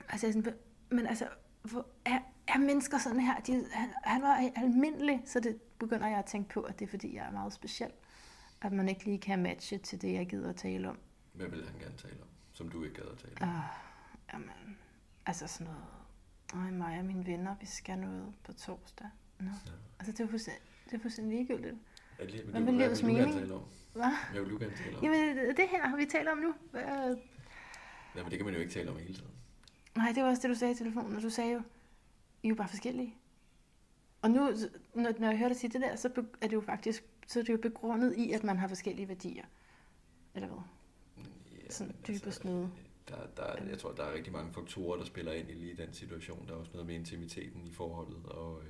Hvor er mennesker sådan her? Han var almindelig, så det begynder jeg at tænke på, at det er fordi, jeg er meget speciel. At man ikke lige kan matche til det, jeg gider at tale om. Hvad vil han gerne tale om, som du ikke gider at tale om? Sådan noget. Mig og mine venner, vi skal noget på torsdag. Det er fuldstændig ligegyldigt. Hvad vil livets mening? Hvad vil du gerne tale om? Jamen, det her har vi talt om nu. Men det kan man jo ikke tale om hele tiden. Nej, det var også det, du sagde i telefonen, og du sagde jo, I er jo bare forskellige. Og nu, når jeg hører dig sige det der, så er det jo faktisk begrundet i, at man har forskellige værdier. Eller hvad? Sådan dybest noget. Jeg tror, der er rigtig mange faktorer, der spiller ind i lige den situation. Der er også noget med intimiteten i forholdet. Og,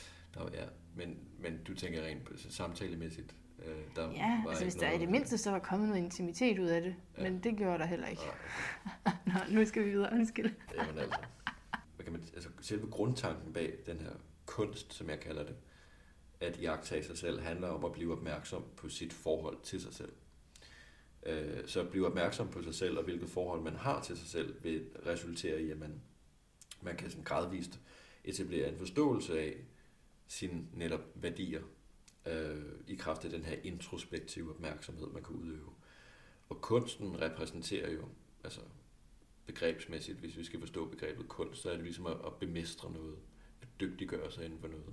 men du tænker rent samtalemæssigt. Hvis der i det mindste så var kommet noget intimitet ud af det. Men det gjorde der heller ikke. Nå, nu skal vi videre. Undskyld. Jamen selve grundtanken bag den her kunst, som jeg kalder det, at iagttage sig selv, handler om at blive opmærksom på sit forhold til sig selv. Så at blive opmærksom på sig selv, og hvilket forhold man har til sig selv, vil resultere i, at man kan sådan gradvist etablere en forståelse af sine netop værdier, i kraft af den her introspektive opmærksomhed, man kan udøve. Og kunsten repræsenterer jo begrebsmæssigt, hvis vi skal forstå begrebet kunst, så er det ligesom at bemestre noget, at dygtiggøre sig inden for noget.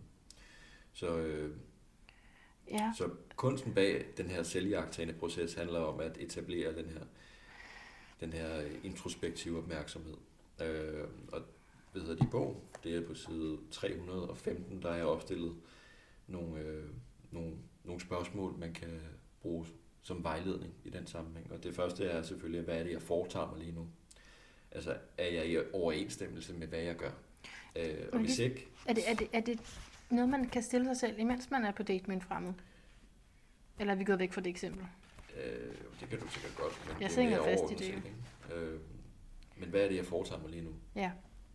Så kunsten bag den her selviagttagende proces handler om at etablere den her introspektive opmærksomhed. Og hvad hedder det i bog? Det er på side 315, der er opstillet nogle spørgsmål, man kan bruge som vejledning i den sammenhæng. Og det første er selvfølgelig, hvad er det, jeg foretager mig lige nu? Altså, er jeg i overensstemmelse med, hvad jeg gør? Og hvis ikke... Er det noget, man kan stille sig selv, imens man er på date med en fremmed? Eller er vi gået væk fra det eksempel? Det kan du sikkert godt, men jeg det er mere fast overordnet i det. Men hvad er det, jeg foretager mig lige nu? Ja.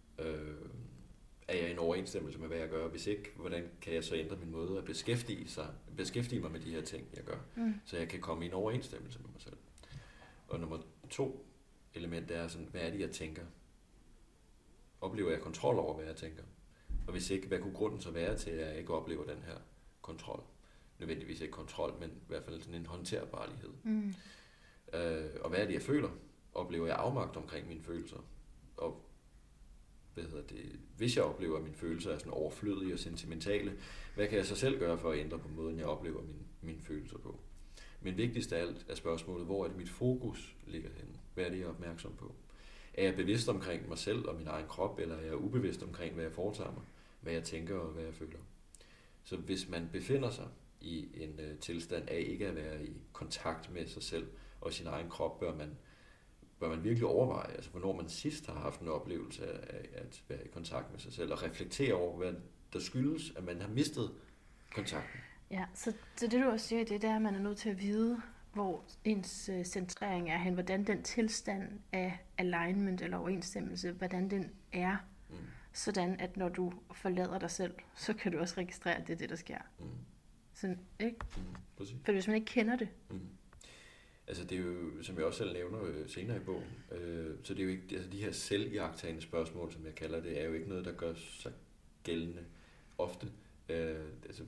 Er jeg i en overensstemmelse med, hvad jeg gør? Hvis ikke, hvordan kan jeg så ændre min måde at beskæftige mig med de her ting, jeg gør? Så jeg kan komme i en overensstemmelse med mig selv. Og nummer 2 element er sådan, hvad er det, jeg tænker? Oplever jeg kontrol over, hvad jeg tænker? Og hvis ikke, hvad kunne grunden så være til, at jeg ikke oplever den her kontrol? Nødvendigvis ikke kontrol, men i hvert fald sådan en håndterbarlighed. Og hvad er det, jeg føler? Oplever jeg afmagt omkring mine følelser? Og hvis jeg oplever, at mine følelser er sådan overflødige og sentimentale, hvad kan jeg så selv gøre for at ændre på måden, jeg oplever mine følelser på? Men vigtigst af alt er spørgsmålet, hvor er det mit fokus ligger henne? Hvad er det, jeg er opmærksom på? Er jeg bevidst omkring mig selv og min egen krop, eller er jeg ubevidst omkring, hvad jeg foretager mig? Hvad jeg tænker og hvad jeg føler? Så hvis man befinder sig i en tilstand af ikke at være i kontakt med sig selv og sin egen krop, bør man virkelig overveje, altså hvornår man sidst har haft en oplevelse af at være i kontakt med sig selv, og reflektere over, hvad der skyldes, at man har mistet kontakten. Ja, så det du også siger, det er, at man er nødt til at vide, hvor ens centrering er hen, hvordan den tilstand af alignment eller overensstemmelse, hvordan den er, sådan at når du forlader dig selv, så kan du også registrere, at det er det, der sker. Sådan, ikke? For hvis man ikke kender det. Altså det er jo, som jeg også selv nævner senere i bogen, så det er jo ikke, altså de her selviagttagende spørgsmål, som jeg kalder det, er jo ikke noget, der gør sig gældende ofte. Altså,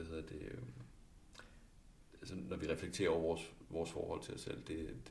altså når vi reflekterer over vores forhold til os selv,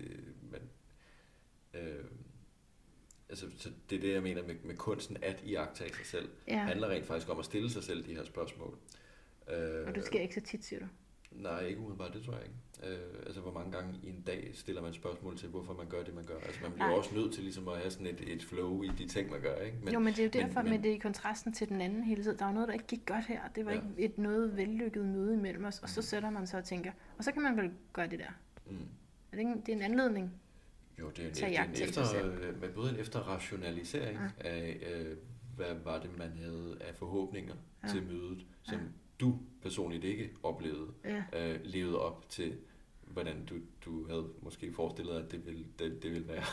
så det er det, jeg mener med kunsten at iagttage sig selv, handler rent faktisk om at stille sig selv de her spørgsmål. Og det sker ikke så tit, siger du? Nej, ikke umiddelbart, det tror jeg ikke. Altså, hvor mange gange i en dag stiller man spørgsmål til, hvorfor man gør det, man gør. Altså, man bliver også nødt til ligesom at have sådan et flow i de ting, man gør, ikke? Men det er jo derfor, men det er i kontrasten til den anden hele tiden. Der var noget, der ikke gik godt her. Det var ikke noget vellykket møde imellem os, og så sætter man sig og tænker, og så kan man vel gøre det der. Det er en anledning. Jo, det er både en efterrationalisering af, hvad var det, man havde af forhåbninger til mødet, som du personligt ikke oplevede, levede op til, hvordan du havde måske forestillet, at det ville være.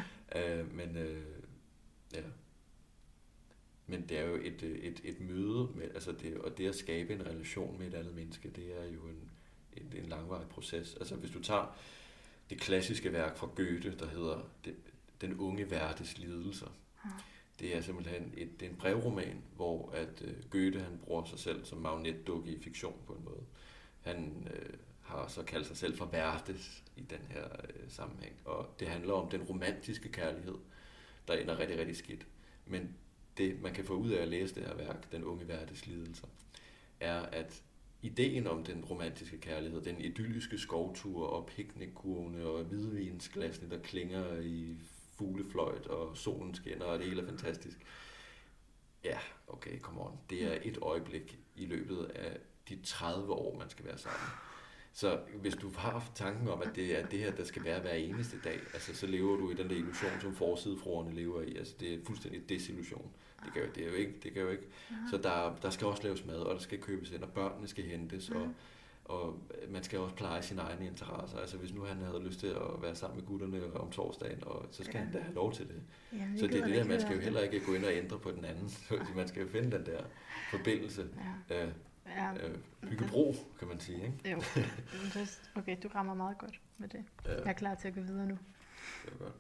Men det er jo et møde, med, altså det at skabe en relation med et andet menneske, det er jo en langvarig proces. Altså hvis du tager det klassiske værk fra Goethe, der hedder Den unge værtes lidelser. Det er simpelthen en brevroman, hvor at Goethe han bruger sig selv som magnetdukke i fiktion på en måde. Han har så kaldt sig selv for Werthes i den her sammenhæng. Og det handler om den romantiske kærlighed, der ender rigtig, rigtig skidt. Men det, man kan få ud af at læse det her værk, Den unge værtes lidelser, er, at ideen om den romantiske kærlighed, den idylliske skovtur og piknikkurvene og hvidvinsglasene, der klinger i fuglefløjt, og solen skinner, og det hele er fantastisk. Ja, okay, come on. Det er et øjeblik i løbet af de 30 år, man skal være sammen. Så hvis du har haft tanken om, at det er det her, der skal være hver eneste dag, altså, så lever du i den der illusion, som forsidefruerne lever i. Altså, det er fuldstændig desillusion. Det kan jo ikke. Så der skal også laves mad, og der skal købes ind, og børnene skal hentes, og man skal også pleje sine egne interesser. Altså hvis nu han havde lyst til at være sammen med gutterne om torsdagen, og så skal han da have lov til det. Jamen, så det er det der, man skal jo heller ikke gå ind og ændre på den anden. Man skal jo finde den der forbindelse. Bygge bro, kan man sige, ikke? Jo. Okay, du rammer meget godt med det. Jeg er klar til at gå videre nu. Det var godt.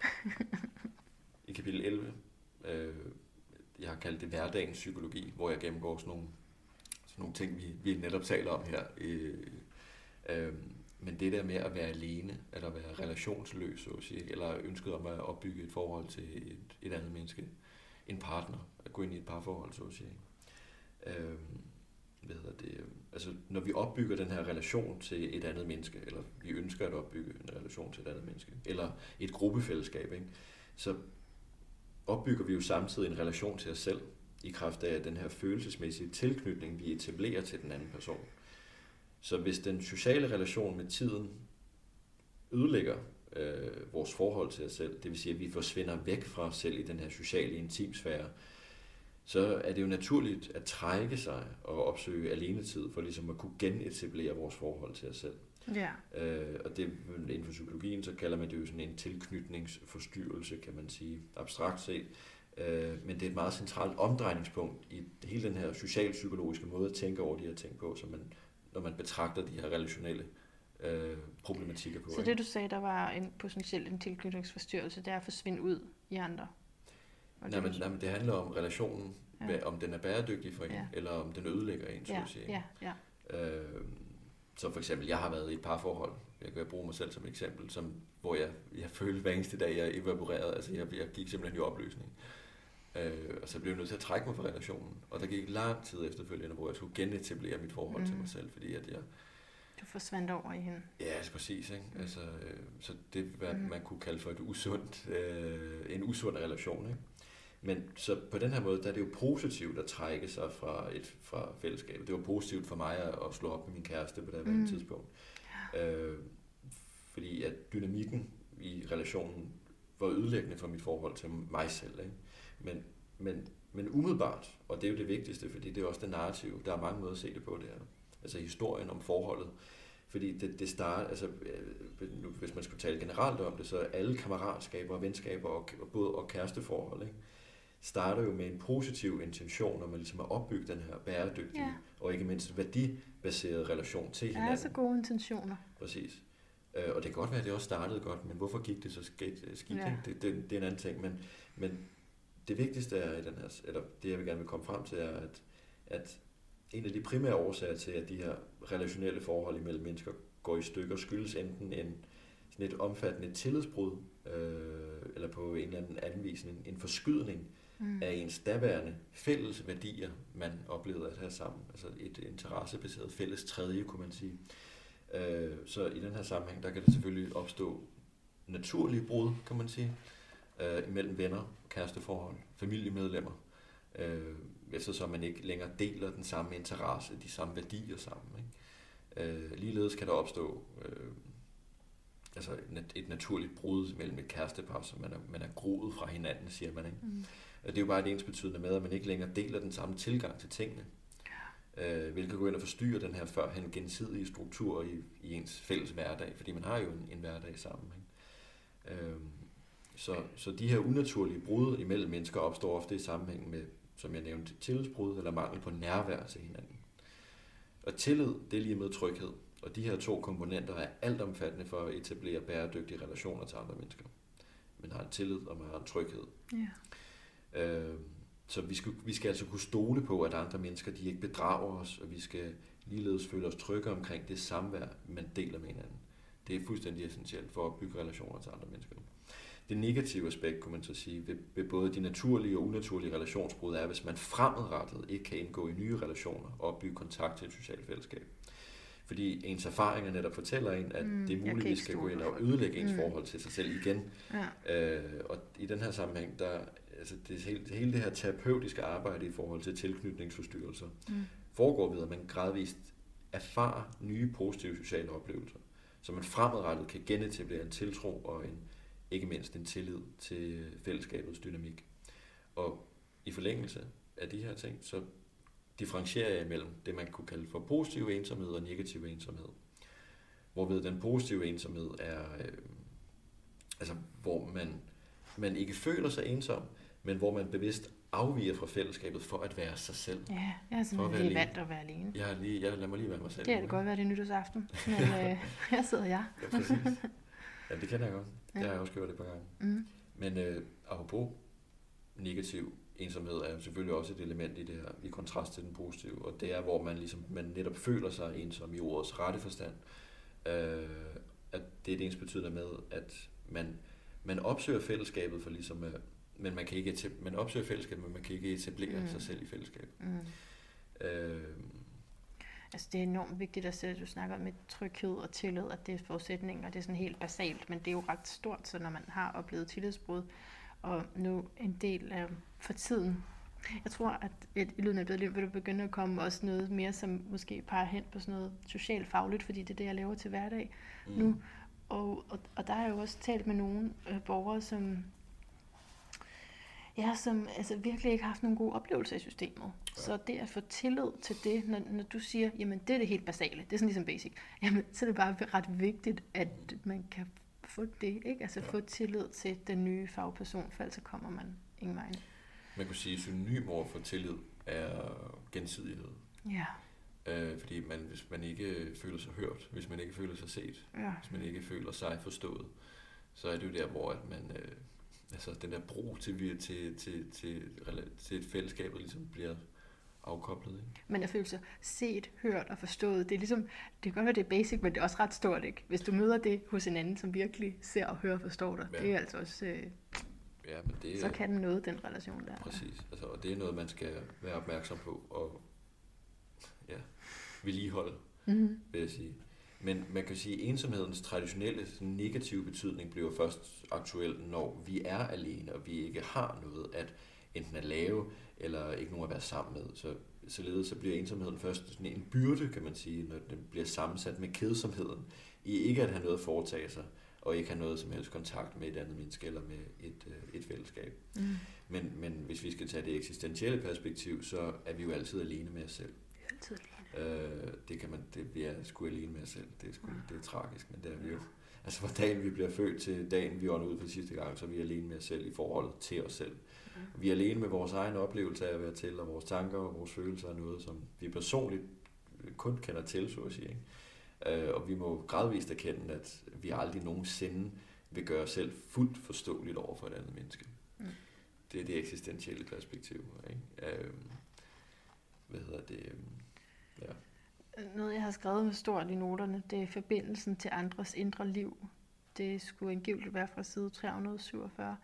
I kapitel 11, jeg har kaldt det hverdagens psykologi, hvor jeg gennemgår sådan nogle ting, vi netop taler om her. Men det der med at være alene, eller være relationsløs, så at sige, eller ønsket om at opbygge et forhold til et andet menneske, en partner, at gå ind i et parforhold, så at sige. Altså, når vi opbygger den her relation til et andet menneske, eller vi ønsker at opbygge en relation til et andet menneske, eller et gruppefællesskab, ikke? Så opbygger vi jo samtidig en relation til os selv, i kraft af den her følelsesmæssige tilknytning, vi etablerer til den anden person. Så hvis den sociale relation med tiden ødelægger vores forhold til os selv, det vil sige, at vi forsvinder væk fra os selv i den her sociale intimsfære, så er det jo naturligt at trække sig og opsøge alenetid, for ligesom at kunne genetablere vores forhold til os selv. Ja. Og det, inden for psykologien, så kalder man det jo sådan en tilknytningsforstyrrelse, kan man sige, abstrakt set. Men det er et meget centralt omdrejningspunkt i hele den her socialpsykologiske måde at tænke over de her ting på, så når man betragter de her relationelle problematikker på. Så det du sagde, der var potentielt en tilknytningsforstyrrelse, det er at forsvinde ud i andre? Nej, men det handler om relationen, om den er bæredygtig for en, eller om den ødelægger en, så at sige. Så for eksempel, jeg har været i et parforhold, jeg kan bruge mig selv som eksempel, hvor jeg følte hver eneste dag, jeg evaporerede, altså jeg gik simpelthen i opløsning. Og så blev jeg nødt til at trække mig fra relationen. Og der gik lang tid efterfølgende, hvor jeg skulle genetablere mit forhold til mig selv, fordi at jeg... Du forsvandt over i hende. Ja, altså præcis. Ikke? Altså, så det hvad man kunne kalde for en usund relation. Ikke? Men så på den her måde, der er det jo positivt at trække sig fra fællesskabet. Det var positivt for mig at slå op med min kæreste på det tidspunkt. Fordi at dynamikken i relationen var ødelæggende for mit forhold til mig selv. Ikke? Men umiddelbart, og det er jo det vigtigste, fordi det er også det narrativ, der er mange måder at se det på det her. Altså historien om forholdet. Fordi det starter, altså hvis man skulle tale generelt om det, så er alle kammeratskaber og venskaber og kæresteforhold, ikke? Starter jo med en positiv intention, når man ligesom har opbygget den her bæredygtige og ikke mindst værdibaserede relation til hinanden. Der er så gode intentioner. Præcis. Og det kan godt være, at det også startede godt, men hvorfor gik det så skidt? Det er en anden ting. Men det vigtigste er i den her, eller det jeg gerne vil komme frem til, er, at en af de primære årsager til, at de her relationelle forhold imellem mennesker går i stykker, skyldes enten sådan et omfattende tillidsbrud, eller på en eller anden anvisning, en forskydning af ens daværende fælles værdier, man oplevede at have sammen. Altså et interessebaseret fælles tredje, kunne man sige. Så i den her sammenhæng, der kan det selvfølgelig opstå naturlige brud, kan man sige, imellem venner, kæresteforhold, familiemedlemmer, eftersom man ikke længere deler den samme interesse, de samme værdier sammen. Ikke? Ligeledes kan der opstå altså et naturligt brud mellem et kærestepar, så man er groet fra hinanden, siger man. Ikke? Det er jo bare det ensbetydende med, at man ikke længere deler den samme tilgang til tingene, hvilket går ind og forstyrrer den her førhen gensidige struktur i ens fælles hverdag, fordi man har jo en hverdag sammen. Ikke? Så de her unaturlige brud imellem mennesker opstår ofte i sammenhæng med, som jeg nævnte, tillidsbrud eller mangel på nærvær til hinanden. Og tillid, det er lige med tryghed. Og de her to komponenter er altomfattende for at etablere bæredygtige relationer til andre mennesker. Man har en tillid, og man har en tryghed. Så vi skal altså kunne stole på, at andre mennesker de ikke bedrager os, og vi skal ligeledes føle os trygge omkring det samvær, man deler med hinanden. Det er fuldstændig essentielt for at bygge relationer til andre mennesker. Det negative aspekt, kunne man så sige, ved både de naturlige og unaturlige relationsbrud er, hvis man fremadrettet ikke kan indgå i nye relationer og opbygge kontakt til et socialt fællesskab. Fordi ens erfaringer netop fortæller en, at det muligvis skal gå ind og ødelægge ens forhold til sig selv igen. Og i den her sammenhæng, altså hele det her terapeutiske arbejde i forhold til tilknytningsforstyrrelser foregår ved, at man gradvist erfarer nye positive sociale oplevelser, så man fremadrettet kan genetablere en tiltro og ikke mindst en tillid til fællesskabets dynamik. Og i forlængelse af de her ting, så differentierer jeg imellem det, man kunne kalde for positiv ensomhed og negativ ensomhed. Hvorved den positive ensomhed er, altså hvor man ikke føler sig ensom, men hvor man bevidst afviger fra fællesskabet for at være sig selv. Ja, jeg har simpelthen lige valgt at være alene. Jeg lader mig lige være mig selv. Det kan godt være, det er nytårsaften, men her sidder jeg. Ja, præcis. Ja, det kender jeg godt. Det har jeg også gjort et par gange. Men apropos negativ ensomhed er jo selvfølgelig også et element i det her, i kontrast til den positive, og det er, hvor man netop føler sig ensom i ordets rette forstand, at det er det ensbetydende med, at man opsøger fællesskabet for ligesom, men man opsøger fællesskabet, men man kan ikke etablere sig selv i fællesskabet. Altså det er enormt vigtigt at sætte, du snakker med tryghed og tillid, at det er forudsætninger, det er sådan helt basalt, men det er jo ret stort, så når man har oplevet tillidsbrud, og nu en del af for tiden, jeg tror, at i løbet af livet vil du begynde at komme også noget mere, som måske peger hen på sådan noget socialt fagligt, fordi det er det, jeg laver til hverdag nu. Og der er jo også talt med nogle borgere, som altså virkelig ikke har haft nogen gode oplevelser i systemet. Ja. Så det at få tillid til det, når du siger, jamen det er det helt basale, det er sådan ligesom basic, jamen så er det bare ret vigtigt, at man kan få det, ikke? Altså få tillid til den nye fagperson, for ellers kommer man ingen vej. Man kunne sige, at synonym over for tillid er gensidighed. Ja. Fordi hvis man ikke føler sig hørt, hvis man ikke føler sig set, hvis man ikke føler sig forstået, så er det jo der, hvor at man, altså den der bro til et fællesskabet ligesom bliver afkoblet. Ikke? Men at føle sig set, hørt og forstået, det er ligesom, det kan godt være, det er basic, men det er også ret stort, ikke? Hvis du møder det hos en anden, som virkelig ser og hører og forstår dig, det er altså også, men det så kan den noget, den relation der. Præcis, altså, og det er noget, man skal være opmærksom på og vedligeholde, vil jeg sige. Men man kan sige, at ensomhedens traditionelle negative betydning bliver først aktuel, når vi er alene, og vi ikke har noget at enten at lave, eller ikke nogen at være sammen med. Således så bliver ensomheden først sådan en byrde, kan man sige, når den bliver sammensat med kedsomheden, i ikke at have noget at foretage sig, og ikke have noget som helst kontakt med et andet menneske, eller med et fællesskab. Men hvis vi skal tage det eksistentielle perspektiv, så er vi jo altid alene med os selv. Altid alene. Vi er sgu alene med os selv. Det er tragisk, men det er vi jo. Altså fra dagen vi bliver født til dagen vi ånder ud for sidste gang, så er vi alene med os selv i forhold til os selv. Vi er alene med vores egen oplevelse af at være til, og vores tanker og vores følelser er noget, som vi personligt kun kender til, så at sige. Ikke? Og vi må gradvist erkende, at vi aldrig nogensinde vil gøre os selv fuldt forståeligt over for et andet menneske. Det er det eksistentielle perspektiv. Ikke? Ja. Noget, jeg har skrevet med stort i noterne, det er forbindelsen til andres indre liv. Det skulle angiveligt være fra side 347.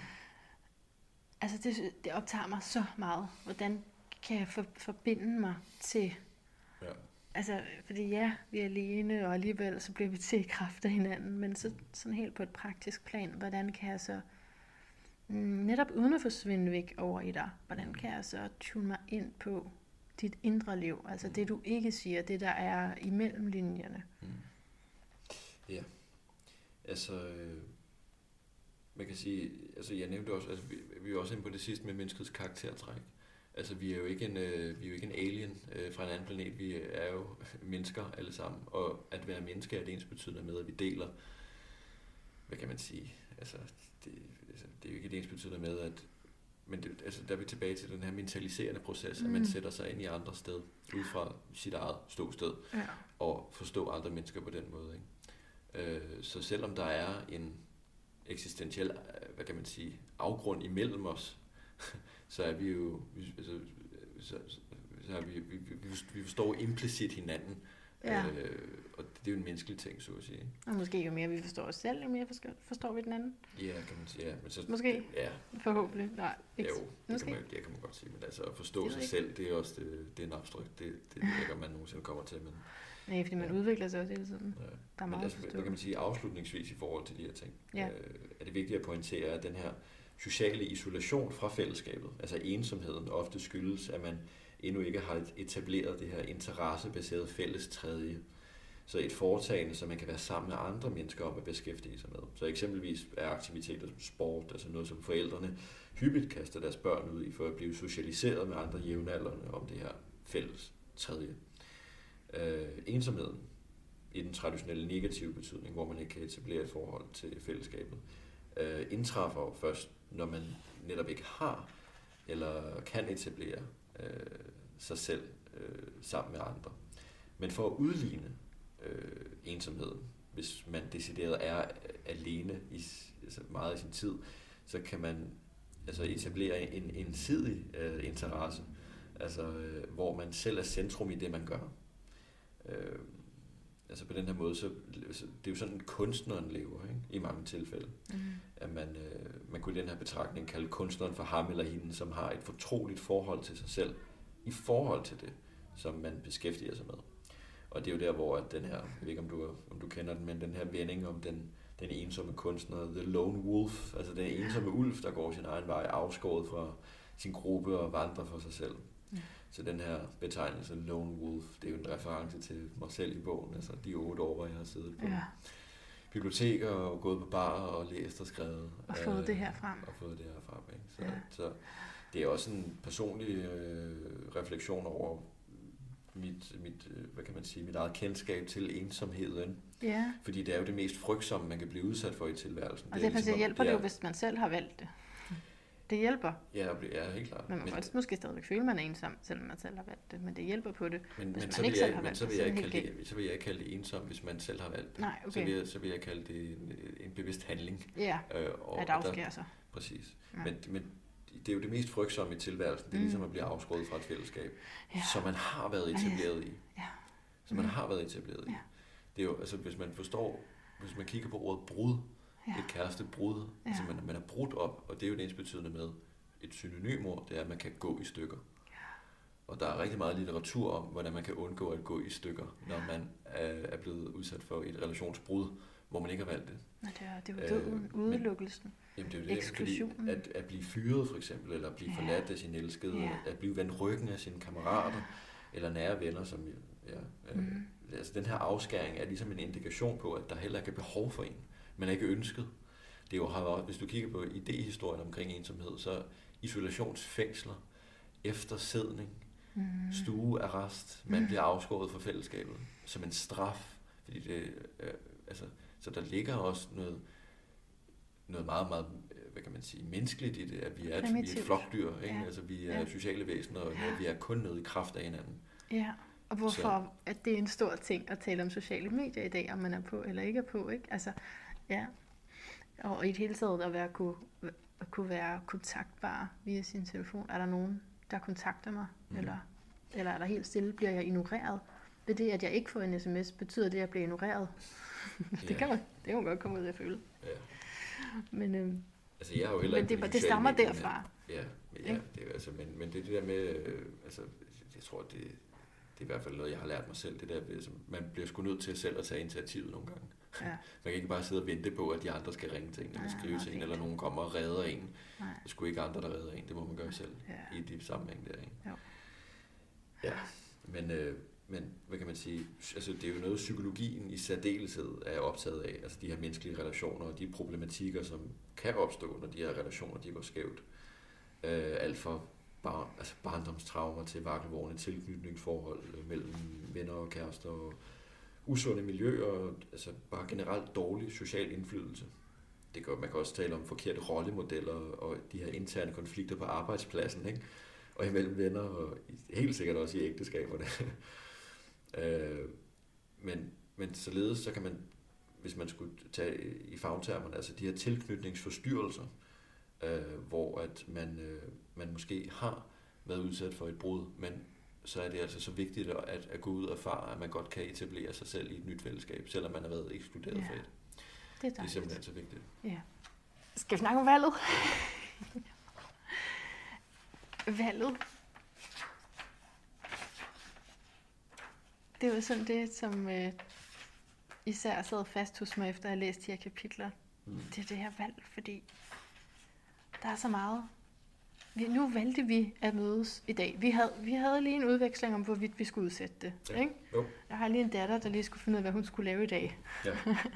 Altså, det optager mig så meget. Hvordan kan jeg forbinde mig til... Ja. Altså, fordi vi er alene, og alligevel så bliver vi til i kraft af hinanden. Men så, sådan helt på et praktisk plan, hvordan kan jeg så... netop uden at forsvinde væk over i dig, hvordan kan jeg så tune mig ind på dit indre liv, altså det du ikke siger, det der er imellem linjerne. Ja, altså man kan sige, altså jeg nævnte også, altså vi er også inde på det sidste med menneskets karaktertræk. Altså vi er jo ikke en alien fra en anden planet, vi er jo mennesker alle sammen, og at være menneske er det ensbetydende med, at vi deler, hvad kan man sige, altså det er jo ikke det ensbetydende med, at men der er vi tilbage til den her mentaliserende proces, at man sætter sig ind i andre sted, ud fra sit eget ståsted, og forstå andre mennesker på den måde. Ikke? Så selvom der er en eksistentiel, hvad kan man sige, afgrund imellem os, så er vi jo, så er vi forstår implicit hinanden, og det er jo en menneskelig ting, så at sige. Og måske jo mere vi forstår os selv, jo mere forstår vi den anden. Ja, kan man sige. Ja. Men så, måske. Ja. Forhåbentlig. Nej, ikke. Jo, det kan man godt sige. Men altså at forstå sig selv, det er også det er en abstrakt. Det ikke, man nogensinde kommer til. Men, nej, fordi man udvikler sig også hele tiden. Ja. Der er meget altså, hvad kan man sige afslutningsvis i forhold til de her ting? Ja. Er det vigtigt at pointere, at den her sociale isolation fra fællesskabet, altså ensomheden, ofte skyldes, at man endnu ikke har etableret det her interessebaserede fælles tredje. Så et foretagende, som man kan være sammen med andre mennesker om at beskæftige sig med. Så eksempelvis er aktiviteter som sport, altså noget, som forældrene hyppigt kaster deres børn ud i, for at blive socialiseret med andre jævnaldrende om det her fælles tredje. Ensomheden, i den traditionelle negative betydning, hvor man ikke kan etablere et forhold til fællesskabet, indtræffer jo først, når man netop ikke har, eller kan etablere sig selv sammen med andre. Men for at udligne ensomheden, hvis man decideret er alene altså meget i sin tid, så kan man altså etablere en ensidig interesse, altså hvor man selv er centrum i det, man gør. altså på den her måde, så det er jo sådan, kunstneren lever, ikke? I mange tilfælde. At man kunne i den her betragtning kalde kunstneren for ham eller hende, som har et fortroligt forhold til sig selv, i forhold til det, som man beskæftiger sig med. Og det er jo der, hvor at den her, jeg ved ikke om du kender den, men den her vending om den ensomme kunstner, the lone wolf, altså den ensomme ulv, der går sin egen vej, afskåret fra sin gruppe og vandrer for sig selv. Så den her betegnelse, lone wolf, det er jo en reference til mig selv i bogen, altså de 8 år, hvor jeg har siddet på biblioteker og gået på barer og læst og skrevet. Og fået det her frem. Ikke? Så det er også en personlig refleksion over mit eget kendskab til ensomheden. Ja. Fordi det er jo det mest frygtsomme, man kan blive udsat for i tilværelsen. Og det hjælper det jo, hvis man selv har valgt det. Det hjælper. Ja, helt klart. Men man kan måske stadigvæk føle, man er ensom, selvom man selv har valgt det. Men det hjælper på det, hvis man så ikke selv har valgt det. Så vil jeg ikke kalde det ensom, hvis man selv har valgt det. Nej, okay. Så vil jeg kalde det en bevidst handling. Ja, at afskære sig. Præcis. Ja. Men det er jo det mest frygtsomme i tilværelsen. Det er ligesom at blive afskåret fra et fællesskab, som man har været etableret i. Ja. Som man har været etableret i. Det er jo, altså hvis man kigger på ordet brud, et kærestebrud, altså man er brudt op, og det er jo det ensbetydende med et synonymord, det er, at man kan gå i stykker. Og der er rigtig meget litteratur om, hvordan man kan undgå at gå i stykker, når man er blevet udsat for et relationsbrud, hvor man ikke har valgt det. Men det er jo døden, udelukkelsen, jamen det er jo det, eksklusionen. Fordi at blive fyret for eksempel, eller blive forladt af sin elskede, at blive vendt ryggen af sine kammerater, eller nære venner, som altså den her afskæring er ligesom en indikation på, at der heller ikke er behov for en. Man er ikke ønsket. Det er jo, hvis du kigger på idéhistorien omkring ensomhed, så isolationsfængsler, eftersædning, stuearrest, man bliver afskåret fra fællesskabet som en straf, fordi det, så der ligger også noget meget, meget, hvad kan man sige, menneskeligt i det, at vi er et flokdyr, ikke? Ja. Altså vi er sociale væsener, og vi er kun noget i kraft af hinanden. Ja. Og hvorfor at det er en stor ting at tale om sociale medier i dag, om man er på eller ikke er på, ikke? Altså, ja. Og i det hele taget at kunne være kontaktbar via sin telefon. Er der nogen, der kontakter mig? Eller er der helt stille? Bliver jeg ignoreret? Ved det, at jeg ikke får en sms, betyder det, at jeg bliver ignoreret? Det kan man godt komme ud af at føle. Ja. Men, altså, jeg har jo heller ikke det stammer derfra. Men det er det der med, jeg tror, det er i hvert fald noget, jeg har lært mig selv. Det der, man bliver sgu nødt til selv at tage initiativet nogle gange. Ja. Man kan ikke bare sidde og vente på, at de andre skal ringe til en, eller skrive til en, eller nogen kommer og redder en. Nej. Det er sgu ikke andre, der redder en. Det må man gøre selv i de sammenhæng der. Ikke? Jo. Ja, men hvad kan man sige? Altså, det er jo noget, psykologien i særdeleshed er optaget af. Altså de her menneskelige relationer og de problematikker, som kan opstå, når de her relationer de går skævt. Alt fra barndomstraumer til vakkelvorne tilknytningsforhold mellem venner og kærester og usunde miljøer, altså bare generelt dårlig social indflydelse. Man kan også tale om forkerte rollemodeller og de her interne konflikter på arbejdspladsen, ikke? Og imellem venner, og helt sikkert også i ægteskaberne. Men således, så kan man, hvis man skulle tage i fagtermerne, altså de her tilknytningsforstyrrelser, hvor at man måske har været udsat for et brud, men så er det altså så vigtigt at gå ud og erfare, at man godt kan etablere sig selv i et nyt fællesskab, selvom man har været ekskluderet fra et. Det er simpelthen så vigtigt. Ja. Skal vi snakke om valget? Valget. Det var sådan det, som især sad fast hos mig, efter at have læst de her kapitler. Det er det her valg, fordi der er så meget. Nu valgte vi at mødes i dag. Vi havde lige en udveksling om, hvorvidt vi skulle udsætte det. Ja. Ikke? Jeg har lige en datter, der lige skulle finde ud af, hvad hun skulle lave i dag. Ja.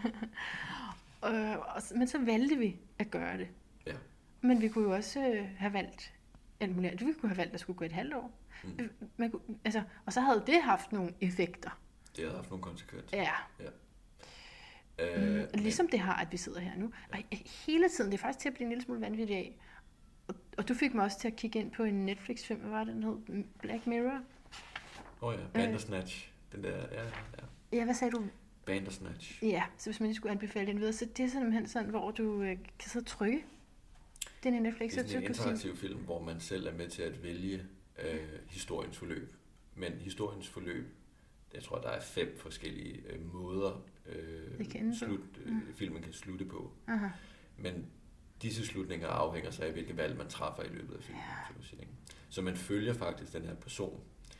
Men så valgte vi at gøre det. Ja. Men vi kunne jo også have valgt alt muligt. Vi kunne have valgt, at det skulle gå et halvt år. Og så havde det haft nogle effekter. Det havde haft nogle konsekvenser. Ja. Ligesom det har, at vi sidder her nu. Og hele tiden, det er faktisk til at blive en lille smule vanvittigt af. Og du fik mig også til at kigge ind på en Netflix-film, hvad var det, den hed? Black Mirror? Bandersnatch. Den der, ja. Ja, hvad sagde du? Bandersnatch. Ja, så hvis man lige skulle anbefale den videre, så det er simpelthen sådan, hvor du kan sidde og trykke. Det er en Netflix. Det er en interaktiv film, hvor man selv er med til at vælge historiens forløb. Men historiens forløb, jeg tror, der er 5 forskellige måder, filmen kan slutte på. Aha. Men disse slutninger afhænger sig af, hvilke valg man træffer i løbet af filmen. Så man følger faktisk den her person,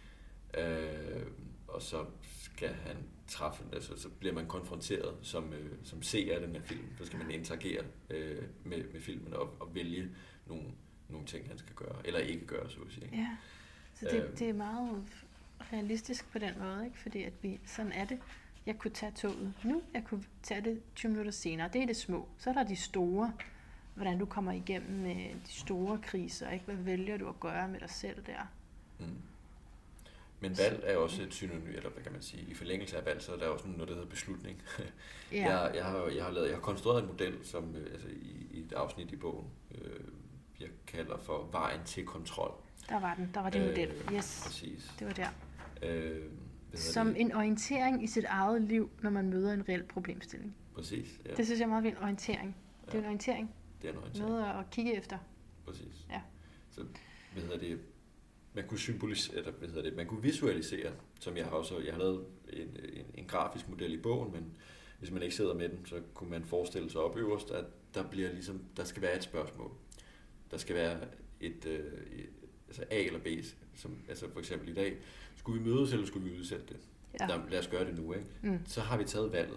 og så skal han træffe, altså så bliver man konfronteret som seer af den her film. Så skal man interagere med filmen og vælge nogle ting, han skal gøre, eller ikke gøre, så at sige. Ja, så det er meget realistisk på den måde, ikke? Fordi at sådan er det. Jeg kunne tage toget nu, jeg kunne tage det 20 minutter senere. Det er det små. Så er der de store, hvordan du kommer igennem med de store kriser, ikke? Hvad vælger du at gøre med dig selv der? Mm. Men valg er også et synonym, eller hvad kan man sige, i forlængelse af valg, så er der også noget, der hedder beslutning. Ja. Jeg har konstrueret en model, som altså i et afsnit i bogen, jeg kalder for vejen til kontrol. Der var din model. Yes, præcis. Det var der. Som en orientering i sit eget liv, når man møder en reel problemstilling. Præcis, ja. Det synes jeg er meget ved en orientering. Det er en orientering. Det er en orientering. Noget at kigge efter. Præcis. Ja. Så, man kunne symbolisere, man kunne visualisere, som jeg har lavet en grafisk model i bogen, men hvis man ikke sidder med den, så kunne man forestille sig op øverst, at der skal være et spørgsmål. Der skal være altså A eller B, som, altså for eksempel i dag, skulle vi mødes, eller skulle vi udsætte det? Ja. Lad os gøre det nu, ikke? Mm. Så har vi taget valget.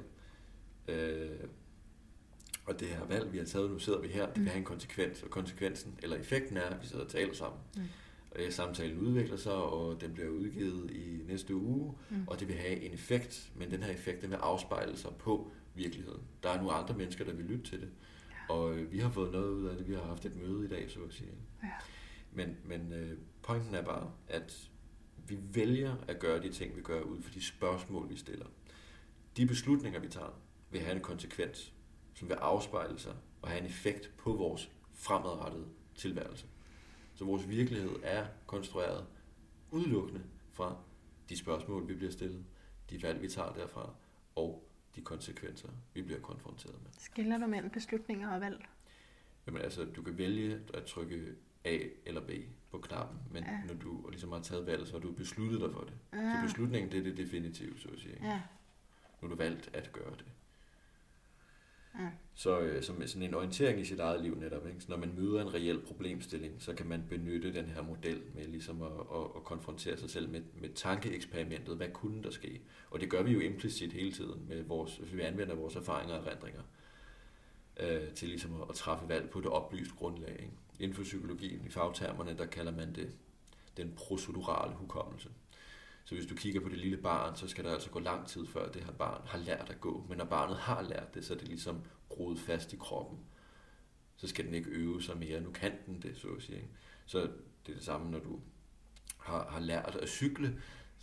Og det her valg, vi har taget, nu sidder vi her, det vil have en konsekvens, og konsekvensen, eller effekten er, at vi sidder og taler sammen. Mm. Og samtalen udvikler sig, og den bliver udgivet i næste uge, og det vil have en effekt, men den her effekt, den vil afspejle sig på virkeligheden. Der er nogle andre mennesker, der vil lytte til det, og vi har fået noget ud af det, vi har haft et møde i dag, så at sige. Ja. Men pointen er bare, at vi vælger at gøre de ting, vi gør ud for de spørgsmål, vi stiller. De beslutninger, vi tager, vil have en konsekvens, som vil afspejle sig og have en effekt på vores fremadrettede tilværelse. Så vores virkelighed er konstrueret udelukkende fra de spørgsmål, vi bliver stillet, de valg, vi tager derfra, og de konsekvenser, vi bliver konfronteret med. Skiller du mellem beslutninger og valg? Jamen altså, du kan vælge at trykke A eller B på knappen, men når du ligesom har taget valget, så har du besluttet dig for det. Så beslutningen, det er det definitive, så at sige. Ja. Nu har du valgt at gøre det. Ja. Så som sådan en orientering i sit eget liv netop, ikke? Så når man møder en reel problemstilling, så kan man benytte den her model med ligesom at konfrontere sig selv med tankeeksperimentet. Hvad kunne der ske? Og det gør vi jo implicit hele tiden, hvis vi anvender vores erfaringer og erindringer til ligesom at træffe valg på det oplyst grundlag. Ikke? Inden for psykologien, i fagtermerne, der kalder man det den procedurale hukommelse. Så hvis du kigger på det lille barn, så skal der altså gå lang tid før det her barn har lært at gå. Men når barnet har lært det, så er det ligesom groet fast i kroppen. Så skal den ikke øve sig mere. Nu kan den det, så at sige. Ikke? Så det er det samme, når du har lært at cykle,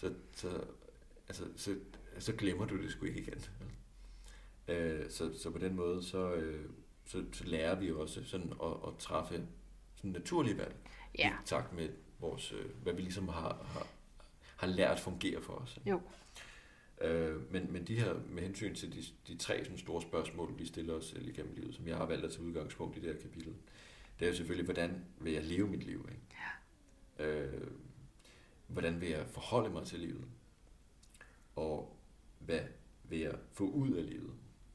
så glemmer du det sgu ikke igen. Så på den måde, så lærer vi også sådan at træffe sådan naturlige valg. Ja. I takt med vores, hvad vi ligesom har lært fungere for os. Jo. Men de her, med hensyn til de 3 sådan store spørgsmål, vi stiller os selv igennem livet, som jeg har valgt at tage udgangspunkt i det her kapitel, det er jo selvfølgelig, hvordan vil jeg leve mit liv? Ikke? Ja. Hvordan vil jeg forholde mig til livet? Og hvad vil jeg få ud af livet?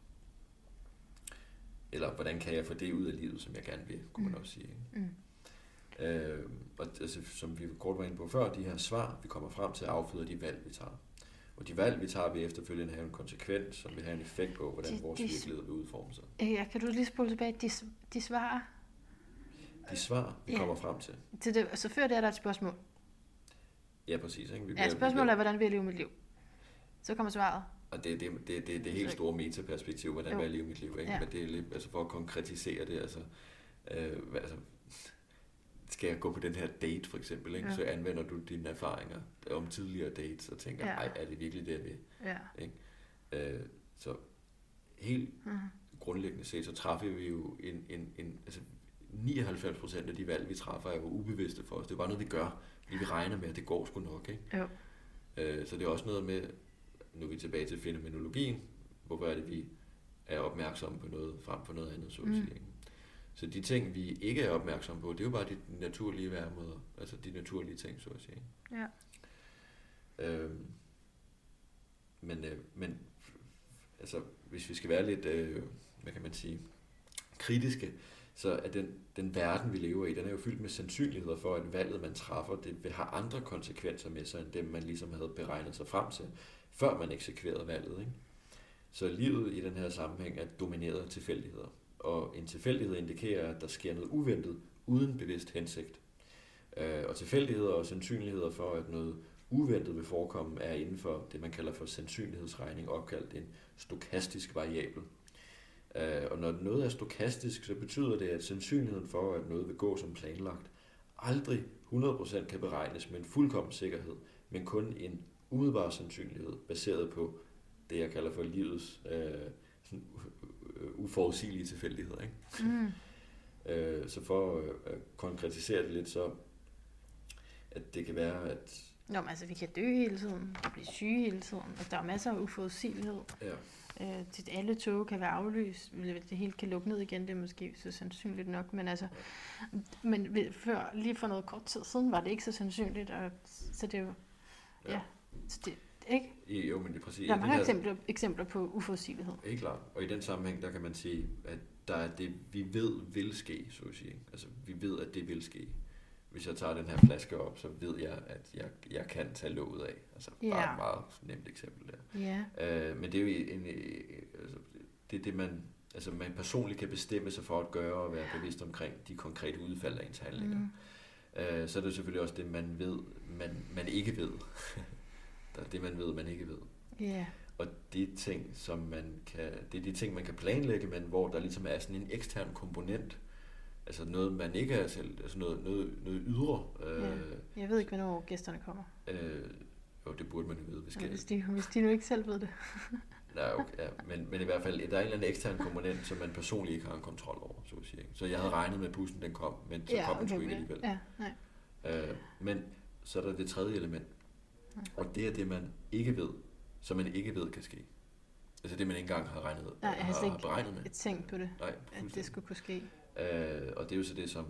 Eller hvordan kan jeg få det ud af livet, som jeg gerne vil, kunne man også sige. Ikke? Mm. Og altså, som vi kort var inde på før, de her svar, vi kommer frem til, afføder de valg, vi tager. Og de valg, vi tager, vil efterfølgende have en konsekvens, som vil have en effekt på, hvordan vores virkelighed vil udforme sig. Ja, kan du lige spole tilbage? De svar? De svar, vi kommer frem til. Så før det er der et spørgsmål? Ja, præcis. Ikke? Spørgsmålet er, hvordan vil jeg leve mit liv? Så kommer svaret. Og det er det helt store metaperspektiv, hvordan vil jeg leve mit liv? Ikke? Ja. Men det er lidt, altså for at konkretisere det, altså skal jeg gå på den her date for eksempel, ikke? Så anvender du dine erfaringer om tidligere dates og tænker, er det virkelig det, jeg vil? Ja. Ikke? Så helt grundlæggende set, så træffer vi jo altså 99% af de valg, vi træffer, er jo ubevidste for os. Det er bare noget, vi gør, fordi vi regner med, at det går sgu nok. Ikke? Jo. Så det er også noget med, nu er vi tilbage til fænomenologien, hvorfor er det, vi er opmærksomme på noget frem for noget andet, så at sige. Ikke? Så de ting, vi ikke er opmærksomme på, det er jo bare de naturlige væremåder, altså de naturlige ting, så at sige. Ja. men altså, hvis vi skal være lidt, hvad kan man sige, kritiske, så er den verden, vi lever i, den er jo fyldt med sandsynligheder for, at valget, man træffer, det vil have andre konsekvenser med sig, end dem, man ligesom havde beregnet sig frem til, før man eksekverede valget, ikke? Så livet i den her sammenhæng er domineret af tilfældigheder. Og en tilfældighed indikerer, at der sker noget uventet, uden bevidst hensigt. Og tilfældigheder og sandsynligheder for, at noget uventet vil forekomme, er inden for det, man kalder for sandsynlighedsregning, opkaldt en stokastisk variabel. Og når noget er stokastisk, så betyder det, at sandsynligheden for, at noget vil gå som planlagt, aldrig 100% kan beregnes med en fuldkommen sikkerhed, men kun en umiddelbar sandsynlighed, baseret på det, jeg kalder for livets uforudsigelige tilfældigheder. Ikke? Så for at konkretisere det lidt, så at det kan være, at... Nå, men altså, vi kan dø hele tiden, og blive syge hele tiden, og der er masser af uforudsigelighed. Ja. Alle tog kan være aflyst, det hele kan lukke ned igen, det er måske så sandsynligt nok, men altså, lige for noget kort tid siden var det ikke så sandsynligt, og så det er jo, så det, ikke? Jo, men det er præcis. Der er mange eksempler på uforudsigelighed. Helt klart, og i den sammenhæng, der kan man sige, at der er det, vi ved vil ske, så at sige. Altså, vi ved, at det vil ske. Hvis jeg tager den her flaske op, så ved jeg, at jeg kan tage låget af. Altså, bare et meget nemt eksempel der. Men det er jo det man personligt kan bestemme sig for at gøre og være bevidst omkring de konkrete udfald af ens handlinger. Så er det selvfølgelig også det, man ved, man ikke ved. Der er det, man ved, man ikke ved. Og det er ting, det er de ting, man kan planlægge, men hvor der ligesom er sådan en ekstern komponent. Altså noget, man ikke er selv, altså noget ydre. Jeg ved ikke, hvornår gæsterne kommer. Jo, det burde man jo vide. Hvis de nu ikke selv ved det. Nej, okay, ja. Men i hvert fald, der er en eller anden ekstern komponent, som man personligt ikke har en kontrol over, så at sige. Så jeg havde regnet med, at bussen den kom, men så kom den sgu ikke alligevel. Men så er der det tredje element. Og det er det, man ikke ved, som man ikke ved kan ske. Altså det, man ikke engang har regnet med. Nej, jeg har ikke beregnet med. tænkt på det, Nej, at det skulle kunne ske. Og det er jo så det, som...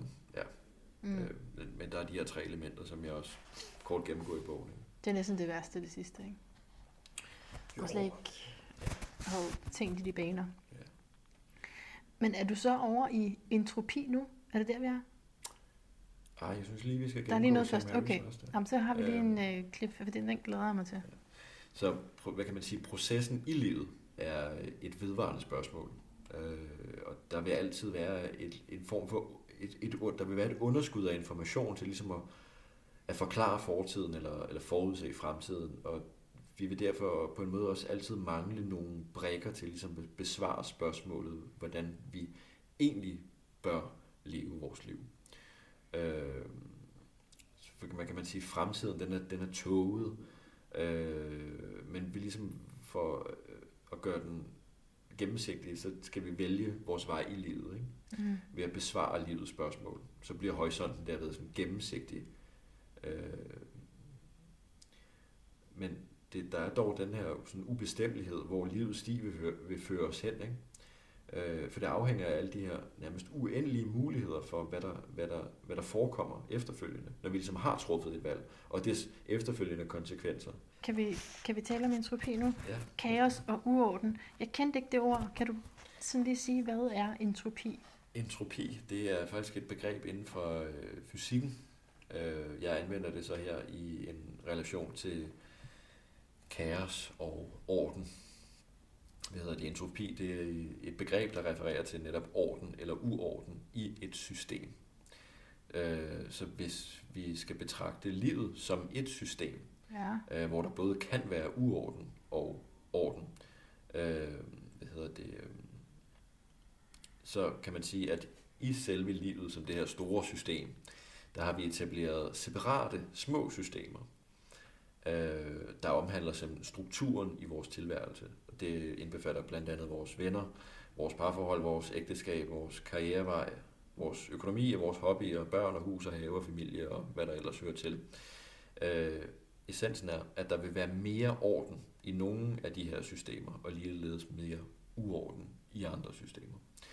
men der er de her tre elementer, som jeg også kort gennemgår i bogen. Ikke? Det er næsten det værste, det sidste, ikke? Jeg har slet ikke havde tænkt i de baner. Ja. Men er du så over i entropi nu? Er det der, vi er? Ej, jeg synes lige, vi skal gennemgå. Der er lige noget først. Okay. Jamen, så har vi lige en klip, for den glæder jeg mig til. Ja. Så, hvad kan man sige, processen i livet er et vedvarende spørgsmål. Og der vil altid være en form for der vil være et underskud af information til ligesom at forklare fortiden eller forudse fremtiden, og vi vil derfor på en måde også altid mangle nogle brikker til ligesom at besvare spørgsmålet, hvordan vi egentlig bør leve vores liv. Man kan sige, at fremtiden den er tåget, men vi ligesom for at gøre den gennemsigtig, så skal vi vælge vores vej i livet, ikke? Ved at besvare livets spørgsmål. Så bliver horisonten derved sådan gennemsigtig. Men der er dog den her sådan ubestemmelighed, hvor livets sti vil føre os hen, ikke? For det afhænger af alle de her nærmest uendelige muligheder for, hvad der forekommer efterfølgende, når vi ligesom har truffet et valg, og dets efterfølgende konsekvenser. Kan vi tale om entropi nu? Ja. Kaos og uorden. Jeg kendte ikke det ord. Kan du sådan lige sige, hvad er entropi? Entropi, det er faktisk et begreb inden for fysikken. Jeg anvender det så her i en relation til kaos og orden. Entropi, det er et begreb, der refererer til netop orden eller uorden i et system. Så hvis vi skal betragte livet som et system, hvor der både kan være uorden og orden, så kan man sige, at i selve livet som det her store system, der har vi etableret separate små systemer, der omhandler strukturen i vores tilværelse. Det indbefatter blandt andet vores venner, vores parforhold, vores ægteskab, vores karrierevej, vores økonomi, vores hobbyer, børn og hus og have og familie og hvad der ellers hører til. Essensen er, at der vil være mere orden i nogle af de her systemer, og ligeledes mere uorden i andre systemer.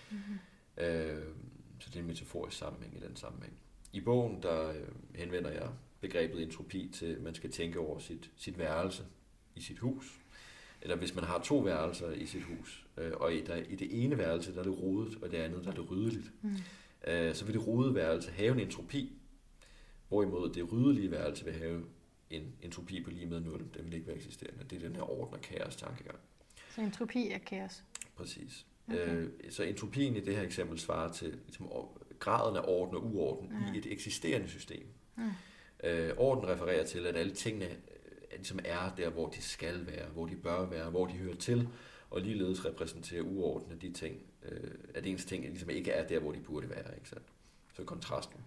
Så det er en metaforisk sammenhæng i den sammenhæng. I bogen, der henvender jeg begrebet entropi til, at man skal tænke over sit værelse i sit hus. eller hvis man har 2 værelser i sit hus, og i det ene værelse, der er det rodet, og det andet, der er det ryddeligt, så vil det rodede værelse have en entropi, hvorimod det ryddelige værelse vil have en entropi på lige med 0. Den vil ikke være eksisterende. Det er den her orden og kaos tankegang. Så entropi er kaos? Præcis. Okay. Så entropien i det her eksempel svarer til ligesom, graden af orden og uorden i et eksisterende system. Orden refererer til, at alle tingene ligesom er der, hvor de skal være, hvor de bør være, hvor de hører til, og ligeledes repræsenterer uorden af de ting, at ens ting ligesom ikke er der, hvor de burde være. Ikke sandt? Så kontrasten.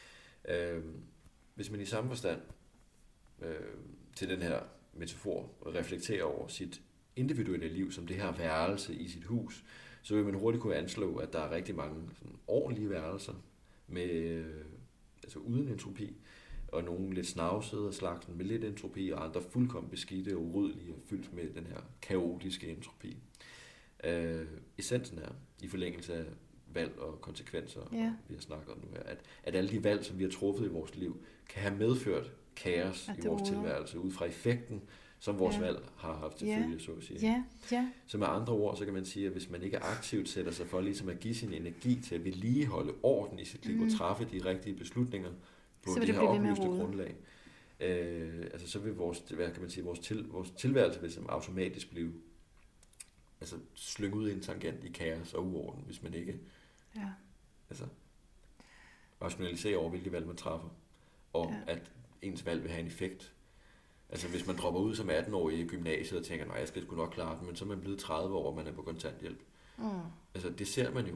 Hvis man i samme forstand til den her metafor reflekterer over sit individuelle liv som det her værelse i sit hus, så vil man hurtigt kunne anslå, at der er rigtig mange sådan, ordentlige værelser med, altså uden entropi, og nogle lidt snavsede af slagsen med lidt entropi, og andre fuldkommen beskidte og uryddelige og fyldt med den her kaotiske entropi. Essensen er, i forlængelse af valg og konsekvenser, vi har snakket om nu her, at alle de valg, som vi har truffet i vores liv, kan have medført kaos i vores tilværelse, ud fra effekten, som vores valg har haft til følge, så at sige. Så med andre ord, så kan man sige, at hvis man ikke aktivt sætter sig for ligesom at give sin energi til at vedligeholde orden i sit liv og træffe de rigtige beslutninger på det her oplyste grundlag, altså så vil vores, hvad kan man sige, vores tilværelse vil som automatisk blive altså slynget ud i en tangent i kaos og uorden, hvis man ikke altså rationaliserer over, hvilke valg man træffer, og at ens valg vil have en effekt. Altså hvis man dropper ud som 18-årig i gymnasiet og tænker, nej, jeg skal sgu nok klare det, men så er man blevet 30 år, og man er på kontanthjælp. Altså det ser man jo.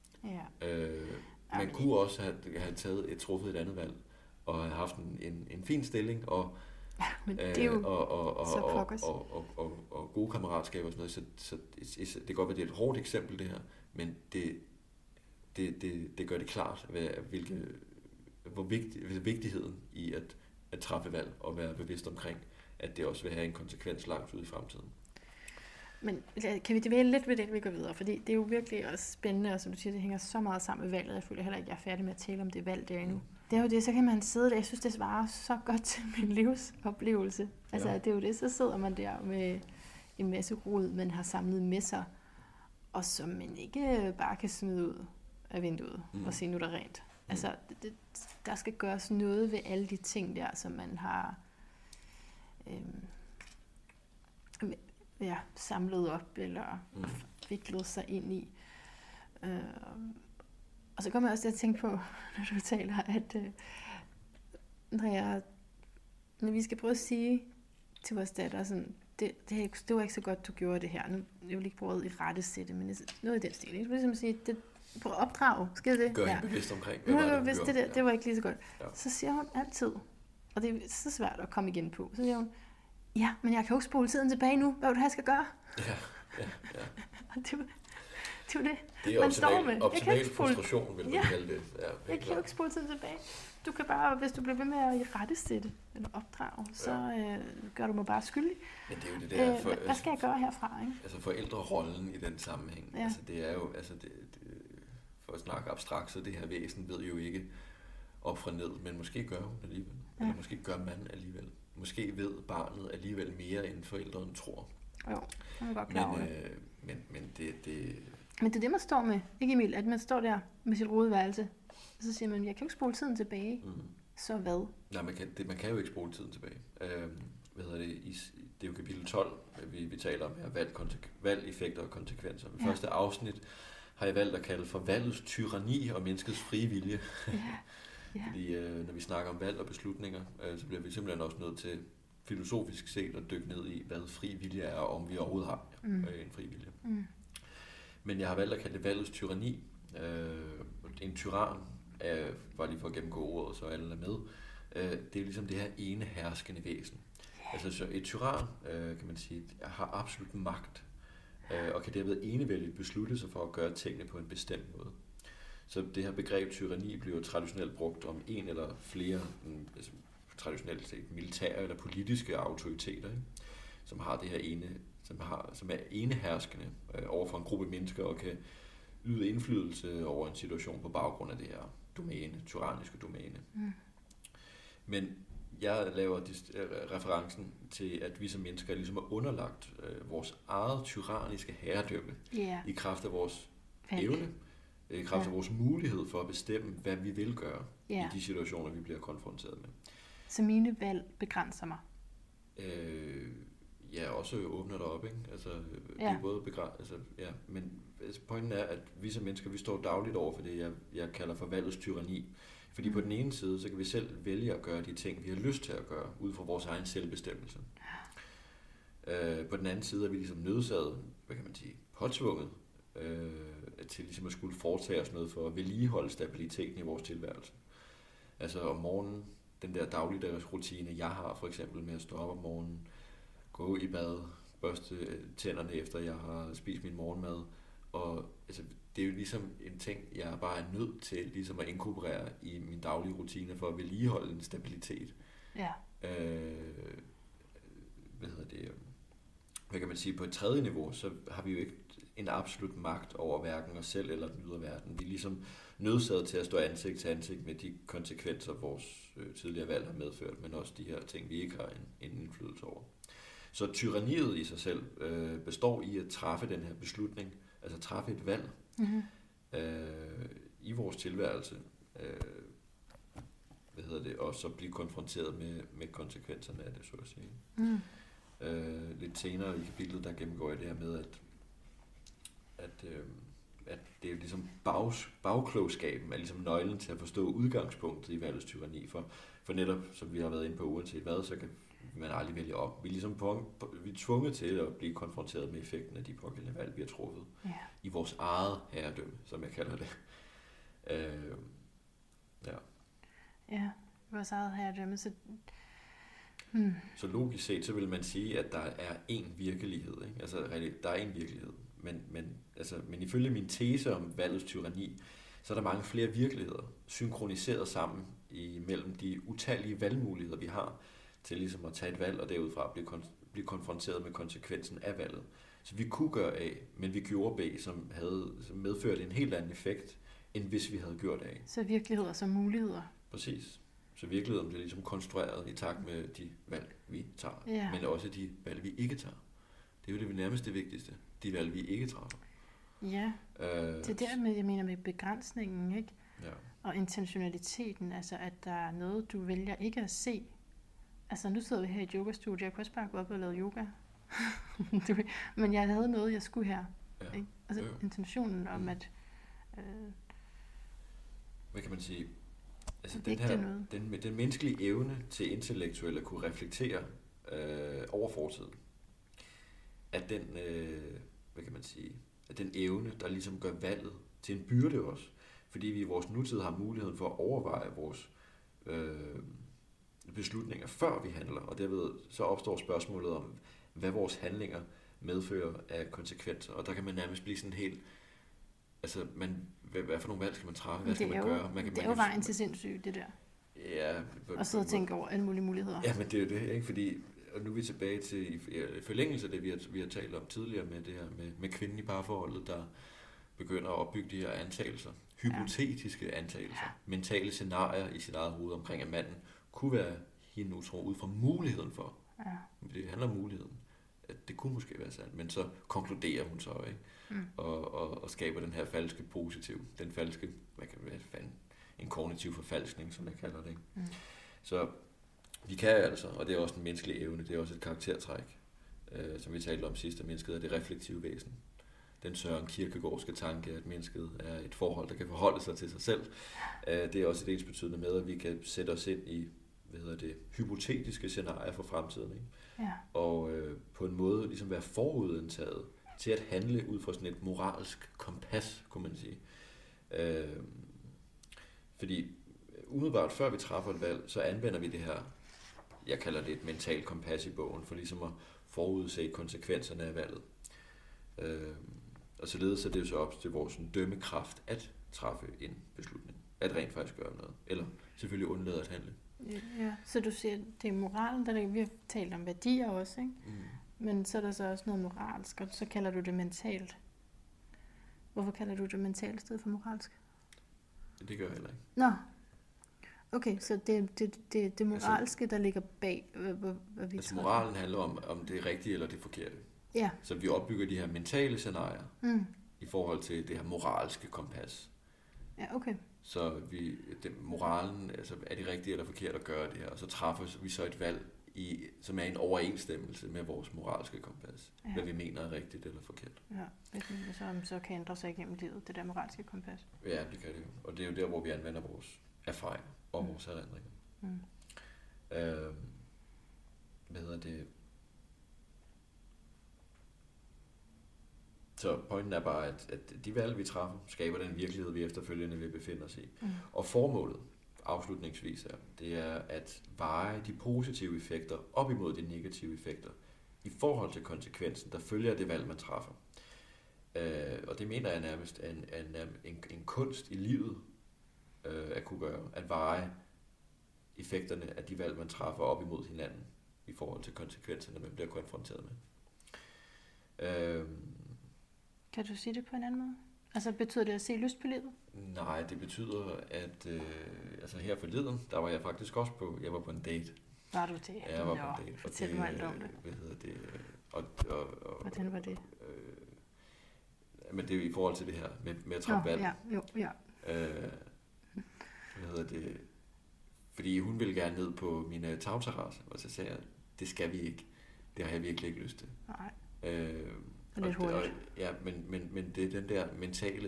Man kunne også have truffet et andet valg, og have haft en fin stilling, og men det er jo og gode kammeratskaber og sådan noget, så det kan godt være, det er et hårdt eksempel det her, men det gør det klart, hvor vigtigheden i at træffe valg og være bevidst omkring, at det også vil have en konsekvens langt ud i fremtiden. Men kan vi dvæle lidt ved det, vi går videre? Fordi det er jo virkelig også spændende, og som du siger, det hænger så meget sammen med valget. Jeg føler heller ikke, jeg er færdig med at tale om det valg der endnu. Det er jo det, så kan man sidde der. Jeg synes, det svarer så godt til min livsoplevelse. Altså, det er jo det, så sidder man der med en masse rod, man har samlet med sig, og som man ikke bare kan smide ud af vinduet og sige, nu er der rent. Altså, der skal gøres noget ved alle de ting der, som man har samlet op, eller viklet sig ind i. Og så kommer jeg også til at tænke på, når du taler, at når vi skal prøve at sige til vores datter, sådan, det var ikke så godt, du gjorde det her. Nu jeg vil ikke prøve at rettesætte, men noget i den stil. Jeg vil ligesom sige, prøv at opdrage. Skal det? Gør hende bevidst omkring, hvad var det, det var ikke lige så godt. Ja. Så siger hun altid, og det er så svært at komme igen på, så siger hun, ja, men jeg kan jo ikke spole tiden tilbage nu. Hvad vil du have, jeg skal gøre? Ja. Og det er jo det, det er man står med. Optimal frustration, vil man kalde det. Ja, jeg kan jo ikke spole tiden tilbage. Du kan bare, hvis du bliver ved med at rettesætte eller opdrage, så gør du mig bare skyldig. Men det er jo det der... hvad skal jeg gøre herfra? Ikke? Altså forældrerollen i den sammenhæng. Ja. Altså det er jo... Altså for at snakke abstrakt, så det her væsen ved jo ikke op fra ned, men måske gør hun alligevel. Ja. Eller måske gør man alligevel. Måske ved barnet alligevel mere, end forældrene tror. Jo, jeg er godt klar over det. Men det... Men det er det, man står med, ikke Emil? At man står der med sit rodeværelse, og så siger man, jeg kan jo ikke spole tiden tilbage. Så hvad? Nej, man kan jo ikke spole tiden tilbage. Det er jo kapitel 12, vi taler om her, valg, effekter og konsekvenser. Det første afsnit har jeg valgt at kalde for valgets tyranni og menneskets frie vilje. Fordi når vi snakker om valg og beslutninger, så bliver vi simpelthen også nødt til filosofisk set at dykke ned i, hvad fri vilje er, og om vi overhovedet har en fri vilje. Men jeg har valgt at kalde det valgets tyranni. En tyran, bare lige for at gennemgå ordet, så alle er med, det er ligesom det her ene herskende væsen. Altså så et tyran, kan man sige, har absolut magt, og kan derved enevældigt beslutte sig for at gøre tingene på en bestemt måde. Så det her begreb tyranni bliver traditionelt brugt om en eller flere, altså traditionelt set militære eller politiske autoriteter, ikke? Som har det her ene, som er eneherskende over for en gruppe mennesker og kan yde indflydelse over en situation på baggrund af det her domæne, tyranniske domæne. Men jeg laver referencen til, at vi som mennesker ligesom er underlagt vores eget tyranniske herredømme i kraft af vores evne, i kraft af vores mulighed for at bestemme, hvad vi vil gøre i de situationer, vi bliver konfronteret med. Så mine valg begrænser mig? Også åbner det op, ikke? Altså, det er både men pointen er, at vi som mennesker, vi står dagligt over for det, jeg kalder for valgets tyranni. Fordi på den ene side, så kan vi selv vælge at gøre de ting, vi har lyst til at gøre, ud fra vores egen selvbestemmelse. På den anden side er vi ligesom nødsaget, påtvunget, til ligesom at skulle foretage os noget for at vedligeholde stabiliteten i vores tilværelse. Altså om morgenen, den der dagligdags rutine, jeg har for eksempel med at stå op om morgenen, gå i bad, børste tænderne efter jeg har spist min morgenmad, og altså, det er jo ligesom en ting, jeg bare er nødt til ligesom at inkorporere i min daglige rutine for at vedligeholde en stabilitet. Ja. Hvad kan man sige, på et tredje niveau, så har vi jo ikke en absolut magt over hverken os selv eller den ydre verden. Vi er ligesom nødsaget til at stå ansigt til ansigt med de konsekvenser, vores tidligere valg har medført, men også de her ting, vi ikke har en indflydelse over. Så tyranniet i sig selv består i at træffe den her beslutning, altså træffe et valg i vores tilværelse, og så blive konfronteret med konsekvenserne af det, så at sige. Lidt senere i kapitlet, der gennemgår jeg det her med, at det er ligesom bagklogskaben er ligesom nøglen til at forstå udgangspunktet i valgets tyranni, for netop, som vi har været inde på, uanset hvad, så kan man aldrig vælge op. Vi er ligesom vi er tvunget til at blive konfronteret med effekten af de pågældende valg, vi har truffet. I vores eget herredømme, som jeg kalder det. Ja, vores eget herredømme. Så logisk set, så vil man sige, at der er én virkelighed. Ikke? Altså, der er én virkelighed. Men ifølge min tese om valgets tyranni, så er der mange flere virkeligheder, synkroniseret sammen imellem de utallige valgmuligheder, vi har, til ligesom at tage et valg, og derudfra blive konfronteret med konsekvensen af valget. Så vi kunne gøre A, men vi gjorde B, som medførte en helt anden effekt, end hvis vi havde gjort A. Så virkeligheder som muligheder. Præcis. Så virkeligheden bliver ligesom konstrueret i takt med de valg, vi tager, men også de valg, vi ikke tager. Det er jo det nærmest det vigtigste. De valg, vi ikke træffer. Ja, det er der, jeg mener med begrænsningen, ikke? Ja. Og intentionaliteten, altså at der er noget, du vælger ikke at se. Altså nu sidder vi her i et yogastudie, jeg kunne også bare gå op og lave yoga. Men jeg havde noget, jeg skulle her. Ja. Ikke? Altså intentionen om, at... Hvad kan man sige? Altså den menneskelige evne til intellektuelt at kunne reflektere over fortiden, at den, at den evne, der ligesom gør valget til en byrde også, fordi vi i vores nutid har muligheden for at overveje vores beslutninger, før vi handler, og derved så opstår spørgsmålet om, hvad vores handlinger medfører af konsekvenser, og der kan man nærmest blive sådan helt, altså hvad for nogle valg skal man træffe, hvad skal man gøre? Det er jo vejen til sindssyg, det der. Ja. Og sidde og tænke over alle mulige muligheder. Ja, men det er jo det, ikke? Fordi, og nu er vi tilbage til forlængelse af det, vi har talt om tidligere med det her med kvinden i parforholdet, der begynder at opbygge de her antagelser, hypotetiske antagelser, mentale scenarier i sit eget hoved omkring, at manden kunne være hende utro ud fra muligheden for. Ja. Det handler om muligheden. At det kunne måske være sandt, men så konkluderer hun så, ikke? Og skaber den her falske positiv, den falske, en kognitiv forfalskning, som jeg kalder det, ikke? Så vi kan altså, og det er også en menneskelig evne, det er også et karaktertræk, som vi talte om sidst, at mennesket er det reflektive væsen. Den Søren Kierkegaardske tanke, at mennesket er et forhold, der kan forholde sig til sig selv. Det er også et ensbetydende med, at vi kan sætte os ind i hypotetiske scenarier for fremtiden, ikke? Ja. Og på en måde ligesom være forudindtaget til at handle ud fra sådan et moralsk kompas, kunne man sige. Fordi umiddelbart før vi træffer et valg, så anvender vi det her, jeg kalder det et mentalt kompas i bogen, for ligesom at forudse konsekvenserne af valget. Og således er det jo så op til vores dømmekraft at træffe en beslutning, at rent faktisk gøre noget, eller selvfølgelig undlade at handle. Ja, så du siger, det er moralen, der vi har talt om værdier også, ikke? Men så er der så også noget moralsk, og så kalder du det mentalt. Hvorfor kalder du det mentalt i stedet for moralsk? Det gør jeg heller ikke. Nå, Okay, så det moralske, der ligger bag, hvad vi altså moralen handler om det rigtige eller det forkerte. Ja. Så vi opbygger de her mentale scenarier i forhold til det her moralske kompas. Ja, okay. Så moralen, altså er det rigtigt eller forkert at gøre det her, og så træffer vi så et valg, som er en overensstemmelse med vores moralske kompas. Ja. Hvad vi mener er rigtigt eller forkert. Ja, så kan ændre sig igennem livet, det der moralske kompas. Ja, det kan det jo. Og det er jo der, hvor vi anvender vores erfaring og vores erindringer. Hvad hedder det? Så pointen er bare, at de valg, vi træffer, skaber den virkelighed, vi efterfølgende vil befinde os i. Og formålet, afslutningsvis, det er at veje de positive effekter op imod de negative effekter i forhold til konsekvensen, der følger af det valg, man træffer. Og det mener jeg nærmest er en kunst i livet at kunne gøre, at veje effekterne af de valg, man træffer op imod hinanden i forhold til konsekvenserne, man bliver konfronteret med. Kan du sige det på en anden måde? Altså betyder det at se lyst på livet? Nej, det betyder, at altså her forleden, der var jeg faktisk også jeg var på en date. Var du det? Ja, jeg var på en date. Fortæl mig alt om det. Hvad hedder det? Hvordan var det? Men det er i forhold til det her med at træffe valg. Ja. Hvad hedder det? Fordi hun ville gerne ned på min tagterrasse, og så sagde jeg, det skal vi ikke. Det har jeg virkelig ikke lyst til. Nej. Men det er den der mentale,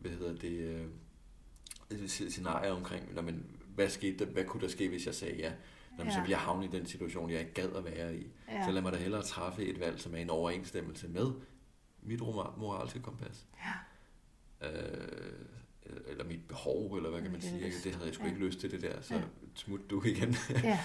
scenarie omkring, hvad kunne der ske, hvis jeg sagde ja? Så ville jeg havne i den situation, jeg ikke gad at være i. Ja. Så lad mig da hellere træffe et valg, som er en overensstemmelse med mit moralske kompas. Ja. Eller mit behov, eller hvad kan man sige. Det havde jeg sgu ikke lyst til det der, så smut du igen.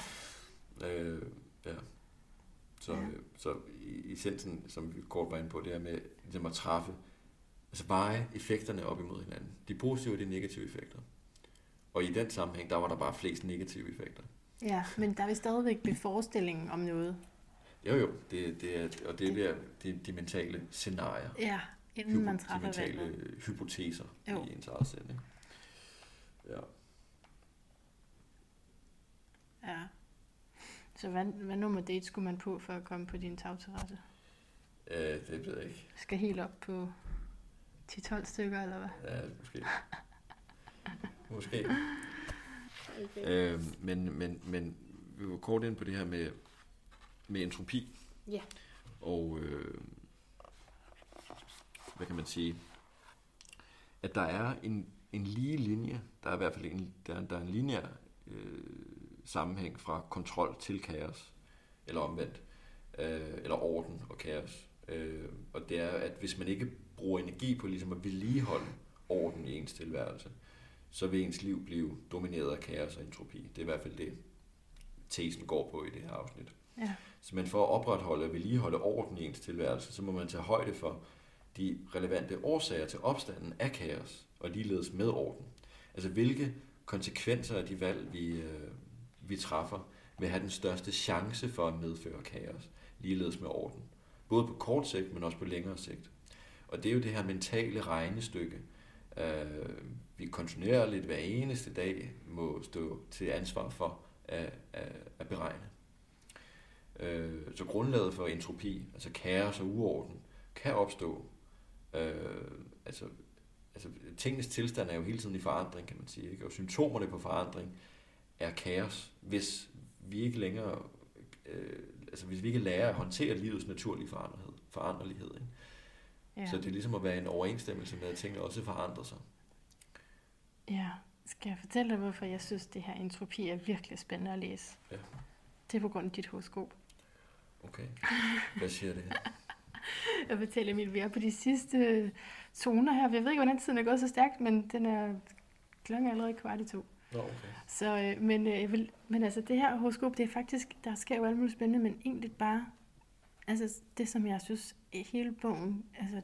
Så i essensen, som vi kort var inde på, det er med ligesom at træffe, altså veje effekterne op imod hinanden. De positive og de negative effekter. Og i den sammenhæng, der var der bare flest negative effekter. Ja, men der er vi stadigvæk ved forestillingen om noget. Jo, det er de mentale scenarier. Ja, inden man træffer valget. De mentale hypoteser i ens eget sind. Ja. Ja. Så hvad nummer date skulle man på for at komme på din tagterrasse? Det ved jeg ikke. Skal helt op på 10-12 stykker, eller hvad? Ja, måske. Okay. Men vi var kort ind på det her med entropi. Ja. Og hvad kan man sige? At der er en lige linje. Der er i hvert fald der er en lineær sammenhæng fra kontrol til kaos, eller omvendt, eller orden og kaos. Og det er, at hvis man ikke bruger energi på ligesom at vedligeholde orden i ens tilværelse, så vil ens liv blive domineret af kaos og entropi. Det er i hvert fald det, tesen går på i det her afsnit. Ja. Så man for at opretholde og vedligeholde orden i ens tilværelse, så må man tage højde for de relevante årsager til opstanden af kaos, og ligeledes med orden. Altså hvilke konsekvenser af de valg, vi træffer, vil have den største chance for at medføre kaos, ligeledes med orden. Både på kort sigt, men også på længere sigt. Og det er jo det her mentale regnestykke, vi kontinuerligt hver eneste dag må stå til ansvar for at beregne. Så grundlaget for entropi, altså kaos og uorden, kan opstå. Altså tingenes tilstand er jo hele tiden i forandring, kan man sige, ikke? Og symptomerne på forandring er kaos, hvis vi ikke længere, hvis vi ikke lærer at håndtere livets naturlige foranderlighed. Ikke? Ja. Så det er ligesom at være en overensstemmelse med, at tingene også forandrer sig. Ja, skal jeg fortælle dig, hvorfor jeg synes, det her entropi er virkelig spændende at læse? Ja. Det er på grund af dit horoskop. Okay, hvad siger det her? Jeg fortæller Emil, vi er på de sidste toner her. Jeg ved ikke, hvordan tiden er gået så stærkt, men den er klokken allerede 1:15. Okay. Så, men altså det her horoskop, det er faktisk, der sker jo alt muligt spændende, men egentlig bare, altså det som jeg synes, hele bogen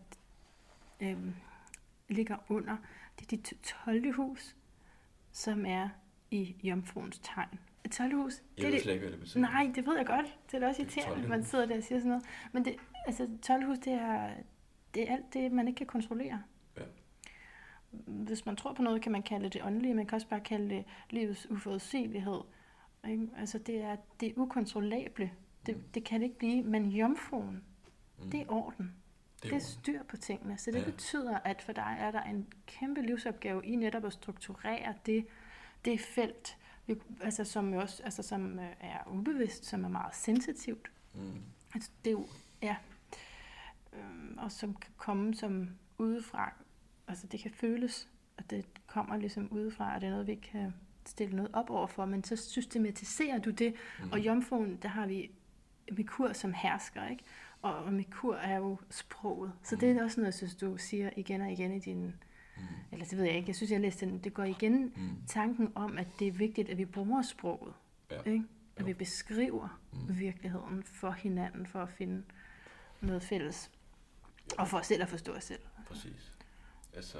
ligger under, det er dit 12. hus, som er i Jomfruens tegn. Et 12. hus, jeg ved slet ikke, hvad det betyder. Nej, det ved jeg godt. Det er da også irriterende, at man sidder der og siger sådan noget. Men det, 12. hus, det er alt det, man ikke kan kontrollere. Ja. hvis man tror på noget, kan man kalde det åndelige, man kan også bare kalde det livets uforudsigelighed. Ikke? Altså det er ukontrollable. Det kan det ikke blive, men jomfruen, det er orden. Det er styr på tingene. Så det betyder, at for dig er der en kæmpe livsopgave i netop at strukturere det felt, altså som jo også, altså som er ubevidst, som er meget sensitivt. Altså det er jo, og som kan komme som udefra. Altså det kan føles, at det kommer ligesom udefra, og det er noget, vi kan stille noget op overfor, men så systematiserer du det, og jomfruen, der har vi Merkur som hersker, ikke? Og Merkur er jo sproget. Så det er også noget, jeg synes, du siger igen og igen i din... Eller det ved jeg ikke. Jeg synes, jeg læste den. Det går igen tanken om, at det er vigtigt, at vi bruger sproget. Ikke? At vi beskriver virkeligheden for hinanden, for at finde noget fælles. Og for os selv at forstå os selv. Præcis. Altså,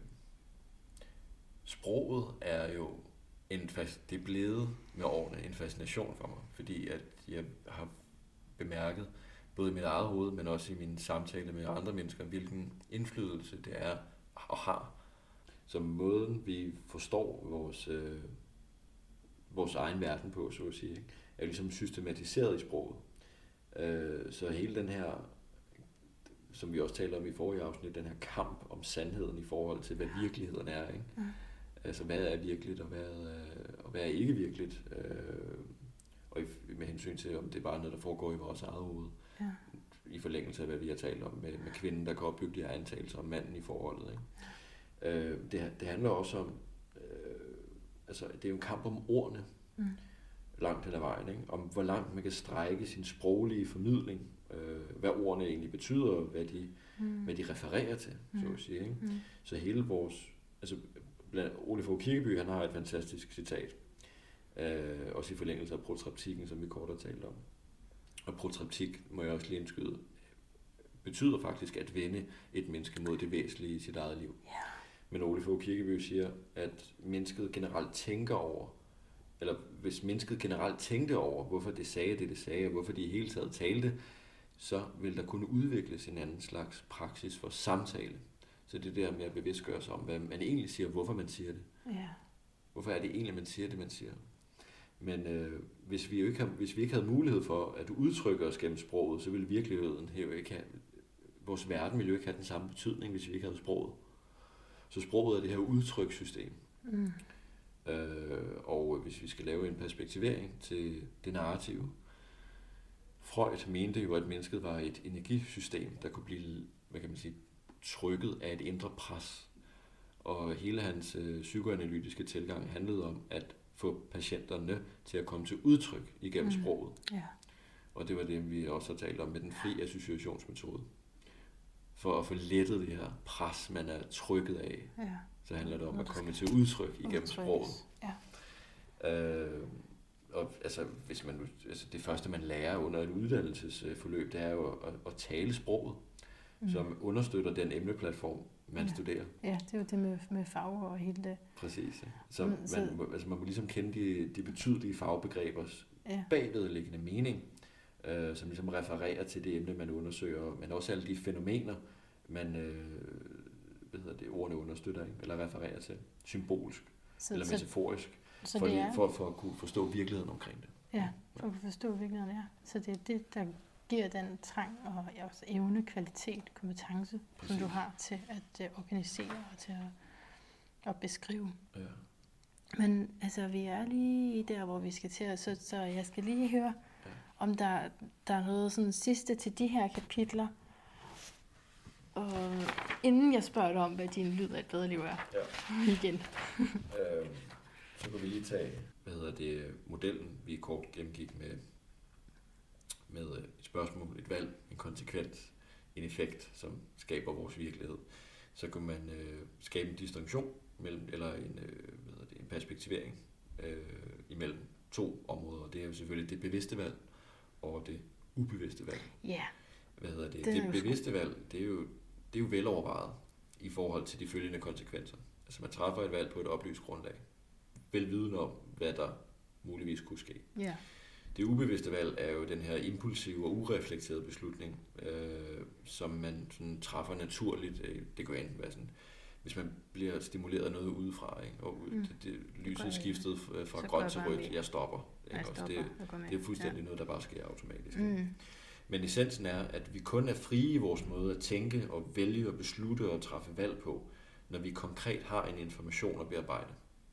sproget er jo det er blevet med årene en fascination for mig. Fordi at jeg har bemærket, både i mit eget hoved, men også i mine samtaler med andre mennesker, hvilken indflydelse det er og har. Så måden, vi forstår vores egen verden på, så at sige, ikke, er ligesom systematiseret i sproget. Så hele den her, som vi også talte om i forrige afsnit, den her kamp om sandheden i forhold til, hvad virkeligheden er. Ikke? Altså, hvad er virkeligt, og hvad er ikke virkeligt? Og med hensyn til, om det er bare noget, der foregår i vores eget hoved. I forlængelse af, hvad vi har talt om med kvinden, der kan opbygge de her antagelser om manden i forholdet. Ikke? Det handler også om, altså det er jo en kamp om ordene, langt hen ad vejen, ikke? Om hvor langt man kan strække sin sproglige formidling, hvad ordene egentlig betyder, hvad de refererer til, så at sige. Ikke? Så hele vores, altså Ole Fogh Kirkeby, han har et fantastisk citat, også i forlængelse af protreptikken, som vi kort har talt om. Og protreptik, må jeg også lige indskyde, betyder faktisk at vende et menneske mod det væsentlige i sit eget liv. Men Ole Fogh Kirkeby siger, at mennesket generelt tænker over, eller hvis mennesket generelt tænkte over, hvorfor det sagde det sagde, og hvorfor de i hele taget talte, så vil der kunne udvikles en anden slags praksis for samtale. Så det er der med at bevidstgøre sig om, hvad man egentlig siger, hvorfor man siger det. Hvorfor er det egentlig, man siger det, man siger. Men hvis vi ikke havde mulighed for at udtrykke os gennem sproget, så ville virkeligheden jo ikke have, vores verden ville jo ikke have den samme betydning, hvis vi ikke havde sproget. Så sproget er det her udtrykssystem. Og hvis vi skal lave en perspektivering til det narrative, Freud mente jo, at mennesket var et energisystem, der kunne blive, hvad kan man sige, trykket af et indre pres. Og hele hans psykoanalytiske tilgang handlede om at få patienterne til at komme til udtryk igennem sproget. Og det var det, vi også har talt om med den fri associationsmetode. For at få lettet det her pres, man er trykket af, så handler det om at komme til udtryk igennem sproget. Og altså, det første, man lærer under et uddannelsesforløb, det er jo at tale sproget, som understøtter den emneplatform, man studerer. Ja, det er jo det med farver og hele det. Præcis. Ja. Så man må ligesom kende de betydelige farvebegrebers bagvedliggende mening, som ligesom refererer til det emne, man undersøger, men også alle de fænomener, man ordene understøtter, ikke? Eller refererer til symbolsk eller metaforisk, for at kunne forstå virkeligheden omkring det. Ja, for at kunne forstå virkeligheden, ja. Så det er det, der giver den trang og også evne, kvalitet, kompetence, som du har til at organisere og til at beskrive. Ja. Men altså, vi er lige der, hvor vi skal til, så jeg skal lige høre, om der er noget sådan sidste til de her kapitler. Og inden jeg spørger dig om, hvad din lyd af et bedre liv er, igen. Så kan vi lige tage, modellen, vi kort gennemgik med et spørgsmål, et valg, en konsekvens, en effekt, som skaber vores virkelighed. Så kan man skabe en distinktion mellem, eller en perspektivering imellem to områder. Det er jo selvfølgelig det bevidste valg og det ubevidste valg. Ja. Det bevidste valg, det er jo velovervejet i forhold til de følgende konsekvenser. Altså man træffer et valg på et oplyst grundlag, velvidende om, hvad der muligvis kunne ske. Ja. Det ubevidste valg er jo den her impulsive og ureflekterede beslutning, som man sådan træffer naturligt. Det kan enten være sådan hvis man bliver stimuleret af noget udefra, ikke? Og lyset skiftet fra grønt til rødt, jeg stopper. Det er fuldstændig noget, der bare sker automatisk. Men essensen er, at vi kun er frie i vores måde at tænke og vælge og beslutte og træffe valg på, når vi konkret har en information at bearbejde.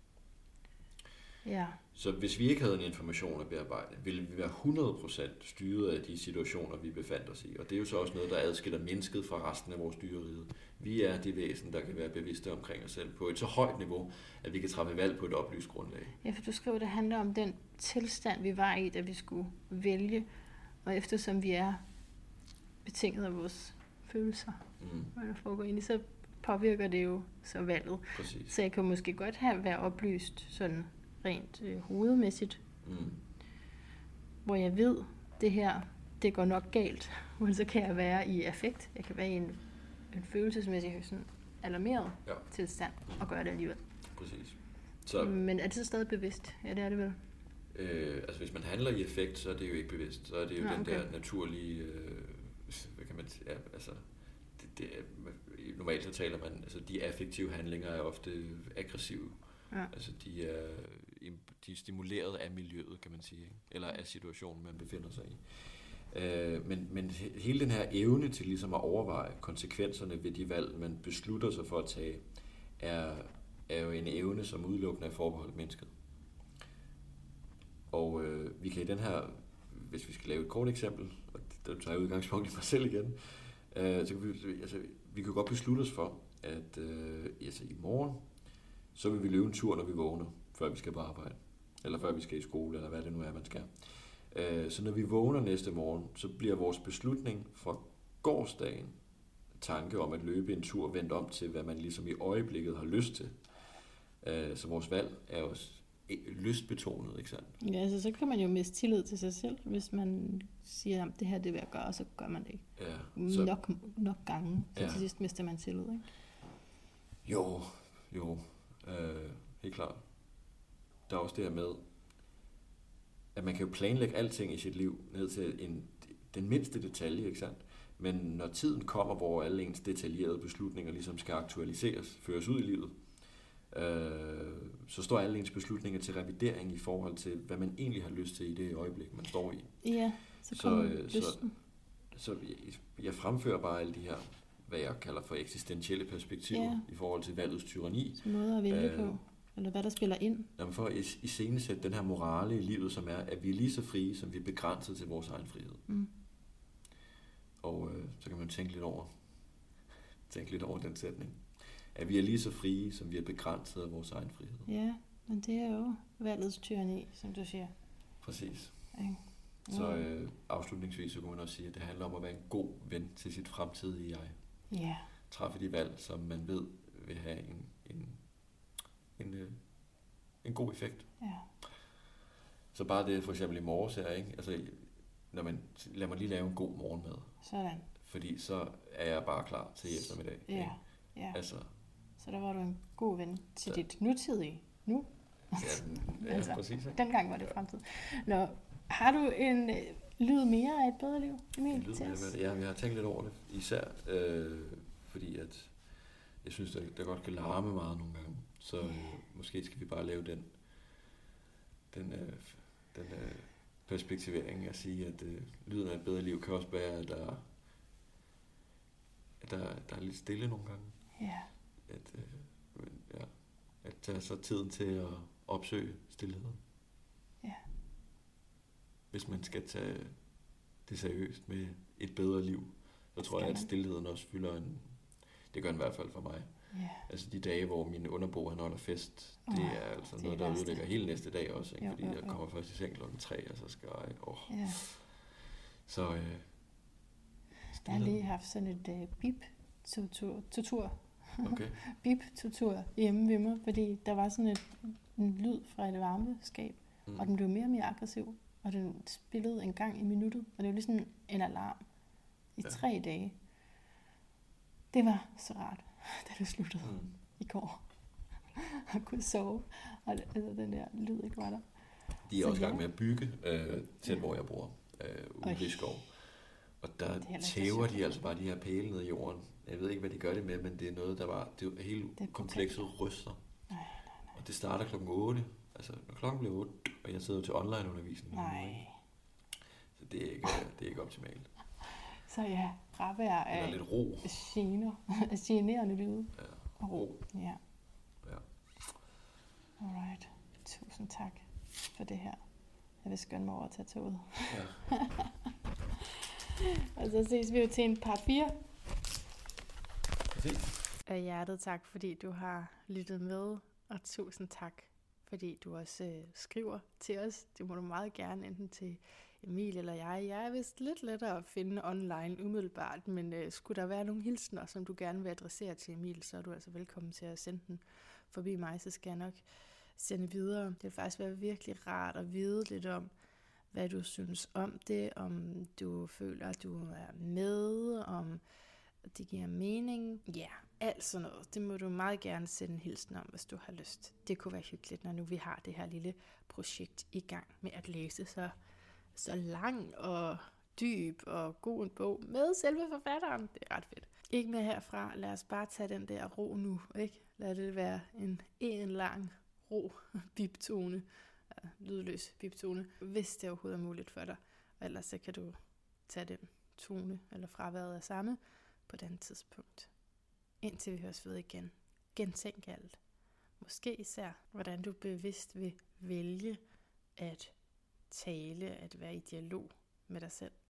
Ja. Så hvis vi ikke havde en information at bearbejde, ville vi være 100% styret af de situationer, vi befandt os i. Og det er jo så også noget, der adskiller mennesket fra resten af vores dyrerige. Vi er de væsen, der kan være bevidste omkring os selv på et så højt niveau, at vi kan træffe valg på et oplyst grundlag. Ja, for du skriver, det handler om den tilstand, vi var i, da vi skulle vælge. Og eftersom vi er betinget af vores følelser, hvad der foregår ind i, så påvirker det jo så valget. Præcis. Så jeg kan måske godt være oplyst sådan rent hovedmæssigt, hvor jeg ved, det her, det går nok galt, men så kan jeg være i affekt. Jeg kan være i en følelsesmæssig sådan alarmeret tilstand og gøre det alligevel. Præcis. Men er det så stadig bevidst? Ja, det er det vel. Altså hvis man handler i affekt, så er det jo ikke bevidst. Så er det jo den der naturlige, hvad kan man sige, altså normalt så taler man, altså de affektive handlinger er ofte aggressive. Ja. Altså de er stimuleret af miljøet, kan man sige, ikke? Eller af situationen, man befinder sig i. Men hele den her evne til ligesom at overveje konsekvenserne ved de valg, man beslutter sig for at tage, er jo en evne, som udelukkende er forbeholdt mennesket. Og vi kan i den her, hvis vi skal lave et kort eksempel, og der tager jeg udgangspunkt i mig selv igen, så kan vi kan godt beslutte os for, at i morgen, så vil vi løbe en tur, når vi vågner, før vi skal på arbejde, eller før vi skal i skole, eller hvad det nu er, man skal. Så når vi vågner næste morgen, så bliver vores beslutning fra gårsdagen, tanke om at løbe en tur, vendt om til, hvad man ligesom i øjeblikket har lyst til. Så vores valg er jo lystbetonet, ikke sandt? Ja, altså så kan man jo miste tillid til sig selv, hvis man siger, at det her det vil jeg gøre, og så gør man det ikke. Ja, nok gange, så til sidst mister man tillid, ikke? Jo, helt klart. Der er også det her med, at man kan jo planlægge alting i sit liv ned til den mindste detalje, ikke sandt? Men når tiden kommer, hvor alle ens detaljerede beslutninger ligesom skal aktualiseres, føres ud i livet, så står alle ens beslutninger til revidering i forhold til, hvad man egentlig har lyst til i det øjeblik, man står i. Ja, så kommer lysten. Så jeg fremfører bare alle de her, hvad jeg kalder for eksistentielle perspektiver i forhold til valgets tyranni. Så måder at vælge på, eller hvad der spiller ind. Jamen for at iscenesætte den her morale i livet, som er, at vi er lige så frie, som vi er begrænset til vores egen frihed. Og så kan man tænke lidt over den sætning. At vi er lige så frie, som vi er begrænset af vores egen frihed. Ja, men det er jo valgets tyranni, som du siger. Præcis. Så afslutningsvis så kan man også sige, at det handler om at være en god ven til sit fremtidige jeg. Ja. Træffe de valg, som man ved vil have en god effekt. Ja. Så bare det for eksempel i morges her, ikke? Altså, lad mig lige lave en god morgenmad. Sådan. Fordi så er jeg bare klar til eftermiddag. Ja. Ja. Altså, så der var du en god ven til dit nutidige nu. Ja, præcis. Ikke? Dengang var det fremtid. Nå, har du en lyd mere af et bedre liv, Emil? Ja, jeg har tænkt lidt over det. Især fordi at jeg synes, der godt kan larme meget nogle gange. Så måske skal vi bare lave den perspektivering at sige, at lyden af et bedre liv kan også være, at der er lidt stille nogle gange. Ja. At tage så tiden til at opsøge stillheden. Ja. Hvis man skal tage det seriøst med et bedre liv, så tror jeg, at stillheden også fylder det gør den i hvert fald for mig. Ja. Altså de dage, hvor min underbo han holder fest, det er altså noget, der ødelægger hele næste dag også, ikke? Fordi jeg kommer først i seng klokken 3, og så skal jeg... Ja. Så... jeg har lige haft sådan et bip-tutur. Okay. Bip-tutur hjemme ved mig, fordi der var sådan en lyd fra et varmeskab, og den blev mere og mere aggressiv, og den spillede en gang i minuttet, og det var ligesom en alarm i 3 dage. Det var så rart, da det sluttede i går. Og kunne sove, og den der lyd ikke var der. De er også i gang med at bygge tæt, hvor jeg bor, ude i skov. Og der tæver de altså bare de her pæle ned i jorden. Jeg ved ikke, hvad de gør det med, men det er noget, der bare... Det er hele komplekset ryster. Nej. Og det starter klokken 8. Altså, når klokken bliver 8, og jeg sidder jo til online-undervisning. Nej. Så det er ikke optimalt. Så ja, fravær af lidt ro. generende lyde. Ja, og ro. Ja. Ja. Alright. Tusind tak for det her. Jeg vil skynde mig over at tage toget. Ja. Og så ses vi jo til en part 4. Af hjertet tak, fordi du har lyttet med, og tusind tak, fordi du også skriver til os. Det må du meget gerne, enten til Emil eller jeg. Jeg er vist lidt lettere at finde online umiddelbart, men skulle der være nogle hilsner, som du gerne vil adressere til Emil, så er du altså velkommen til at sende den forbi mig, så skal jeg nok sende videre. Det vil faktisk være virkelig rart at vide lidt om, hvad du synes om det, om du føler, at du er med, om det giver mening. Ja, alt sådan noget. Det må du meget gerne sende en hilsen om, hvis du har lyst. Det kunne være hyggeligt, når nu vi har det her lille projekt i gang med at læse så lang og dyb og god en bog med selve forfatteren. Det er ret fedt. Ikke mere herfra. Lad os bare tage den der ro nu, ikke? Lad det være en lang ro biptone. Lydløs biptone, hvis det overhovedet er muligt for dig. Og ellers så kan du tage den tone eller fraværet af samme på et andet tidspunkt. Indtil vi høres ved igen. Gentænk alt. Måske især, hvordan du bevidst vil vælge at tale, at være i dialog med dig selv.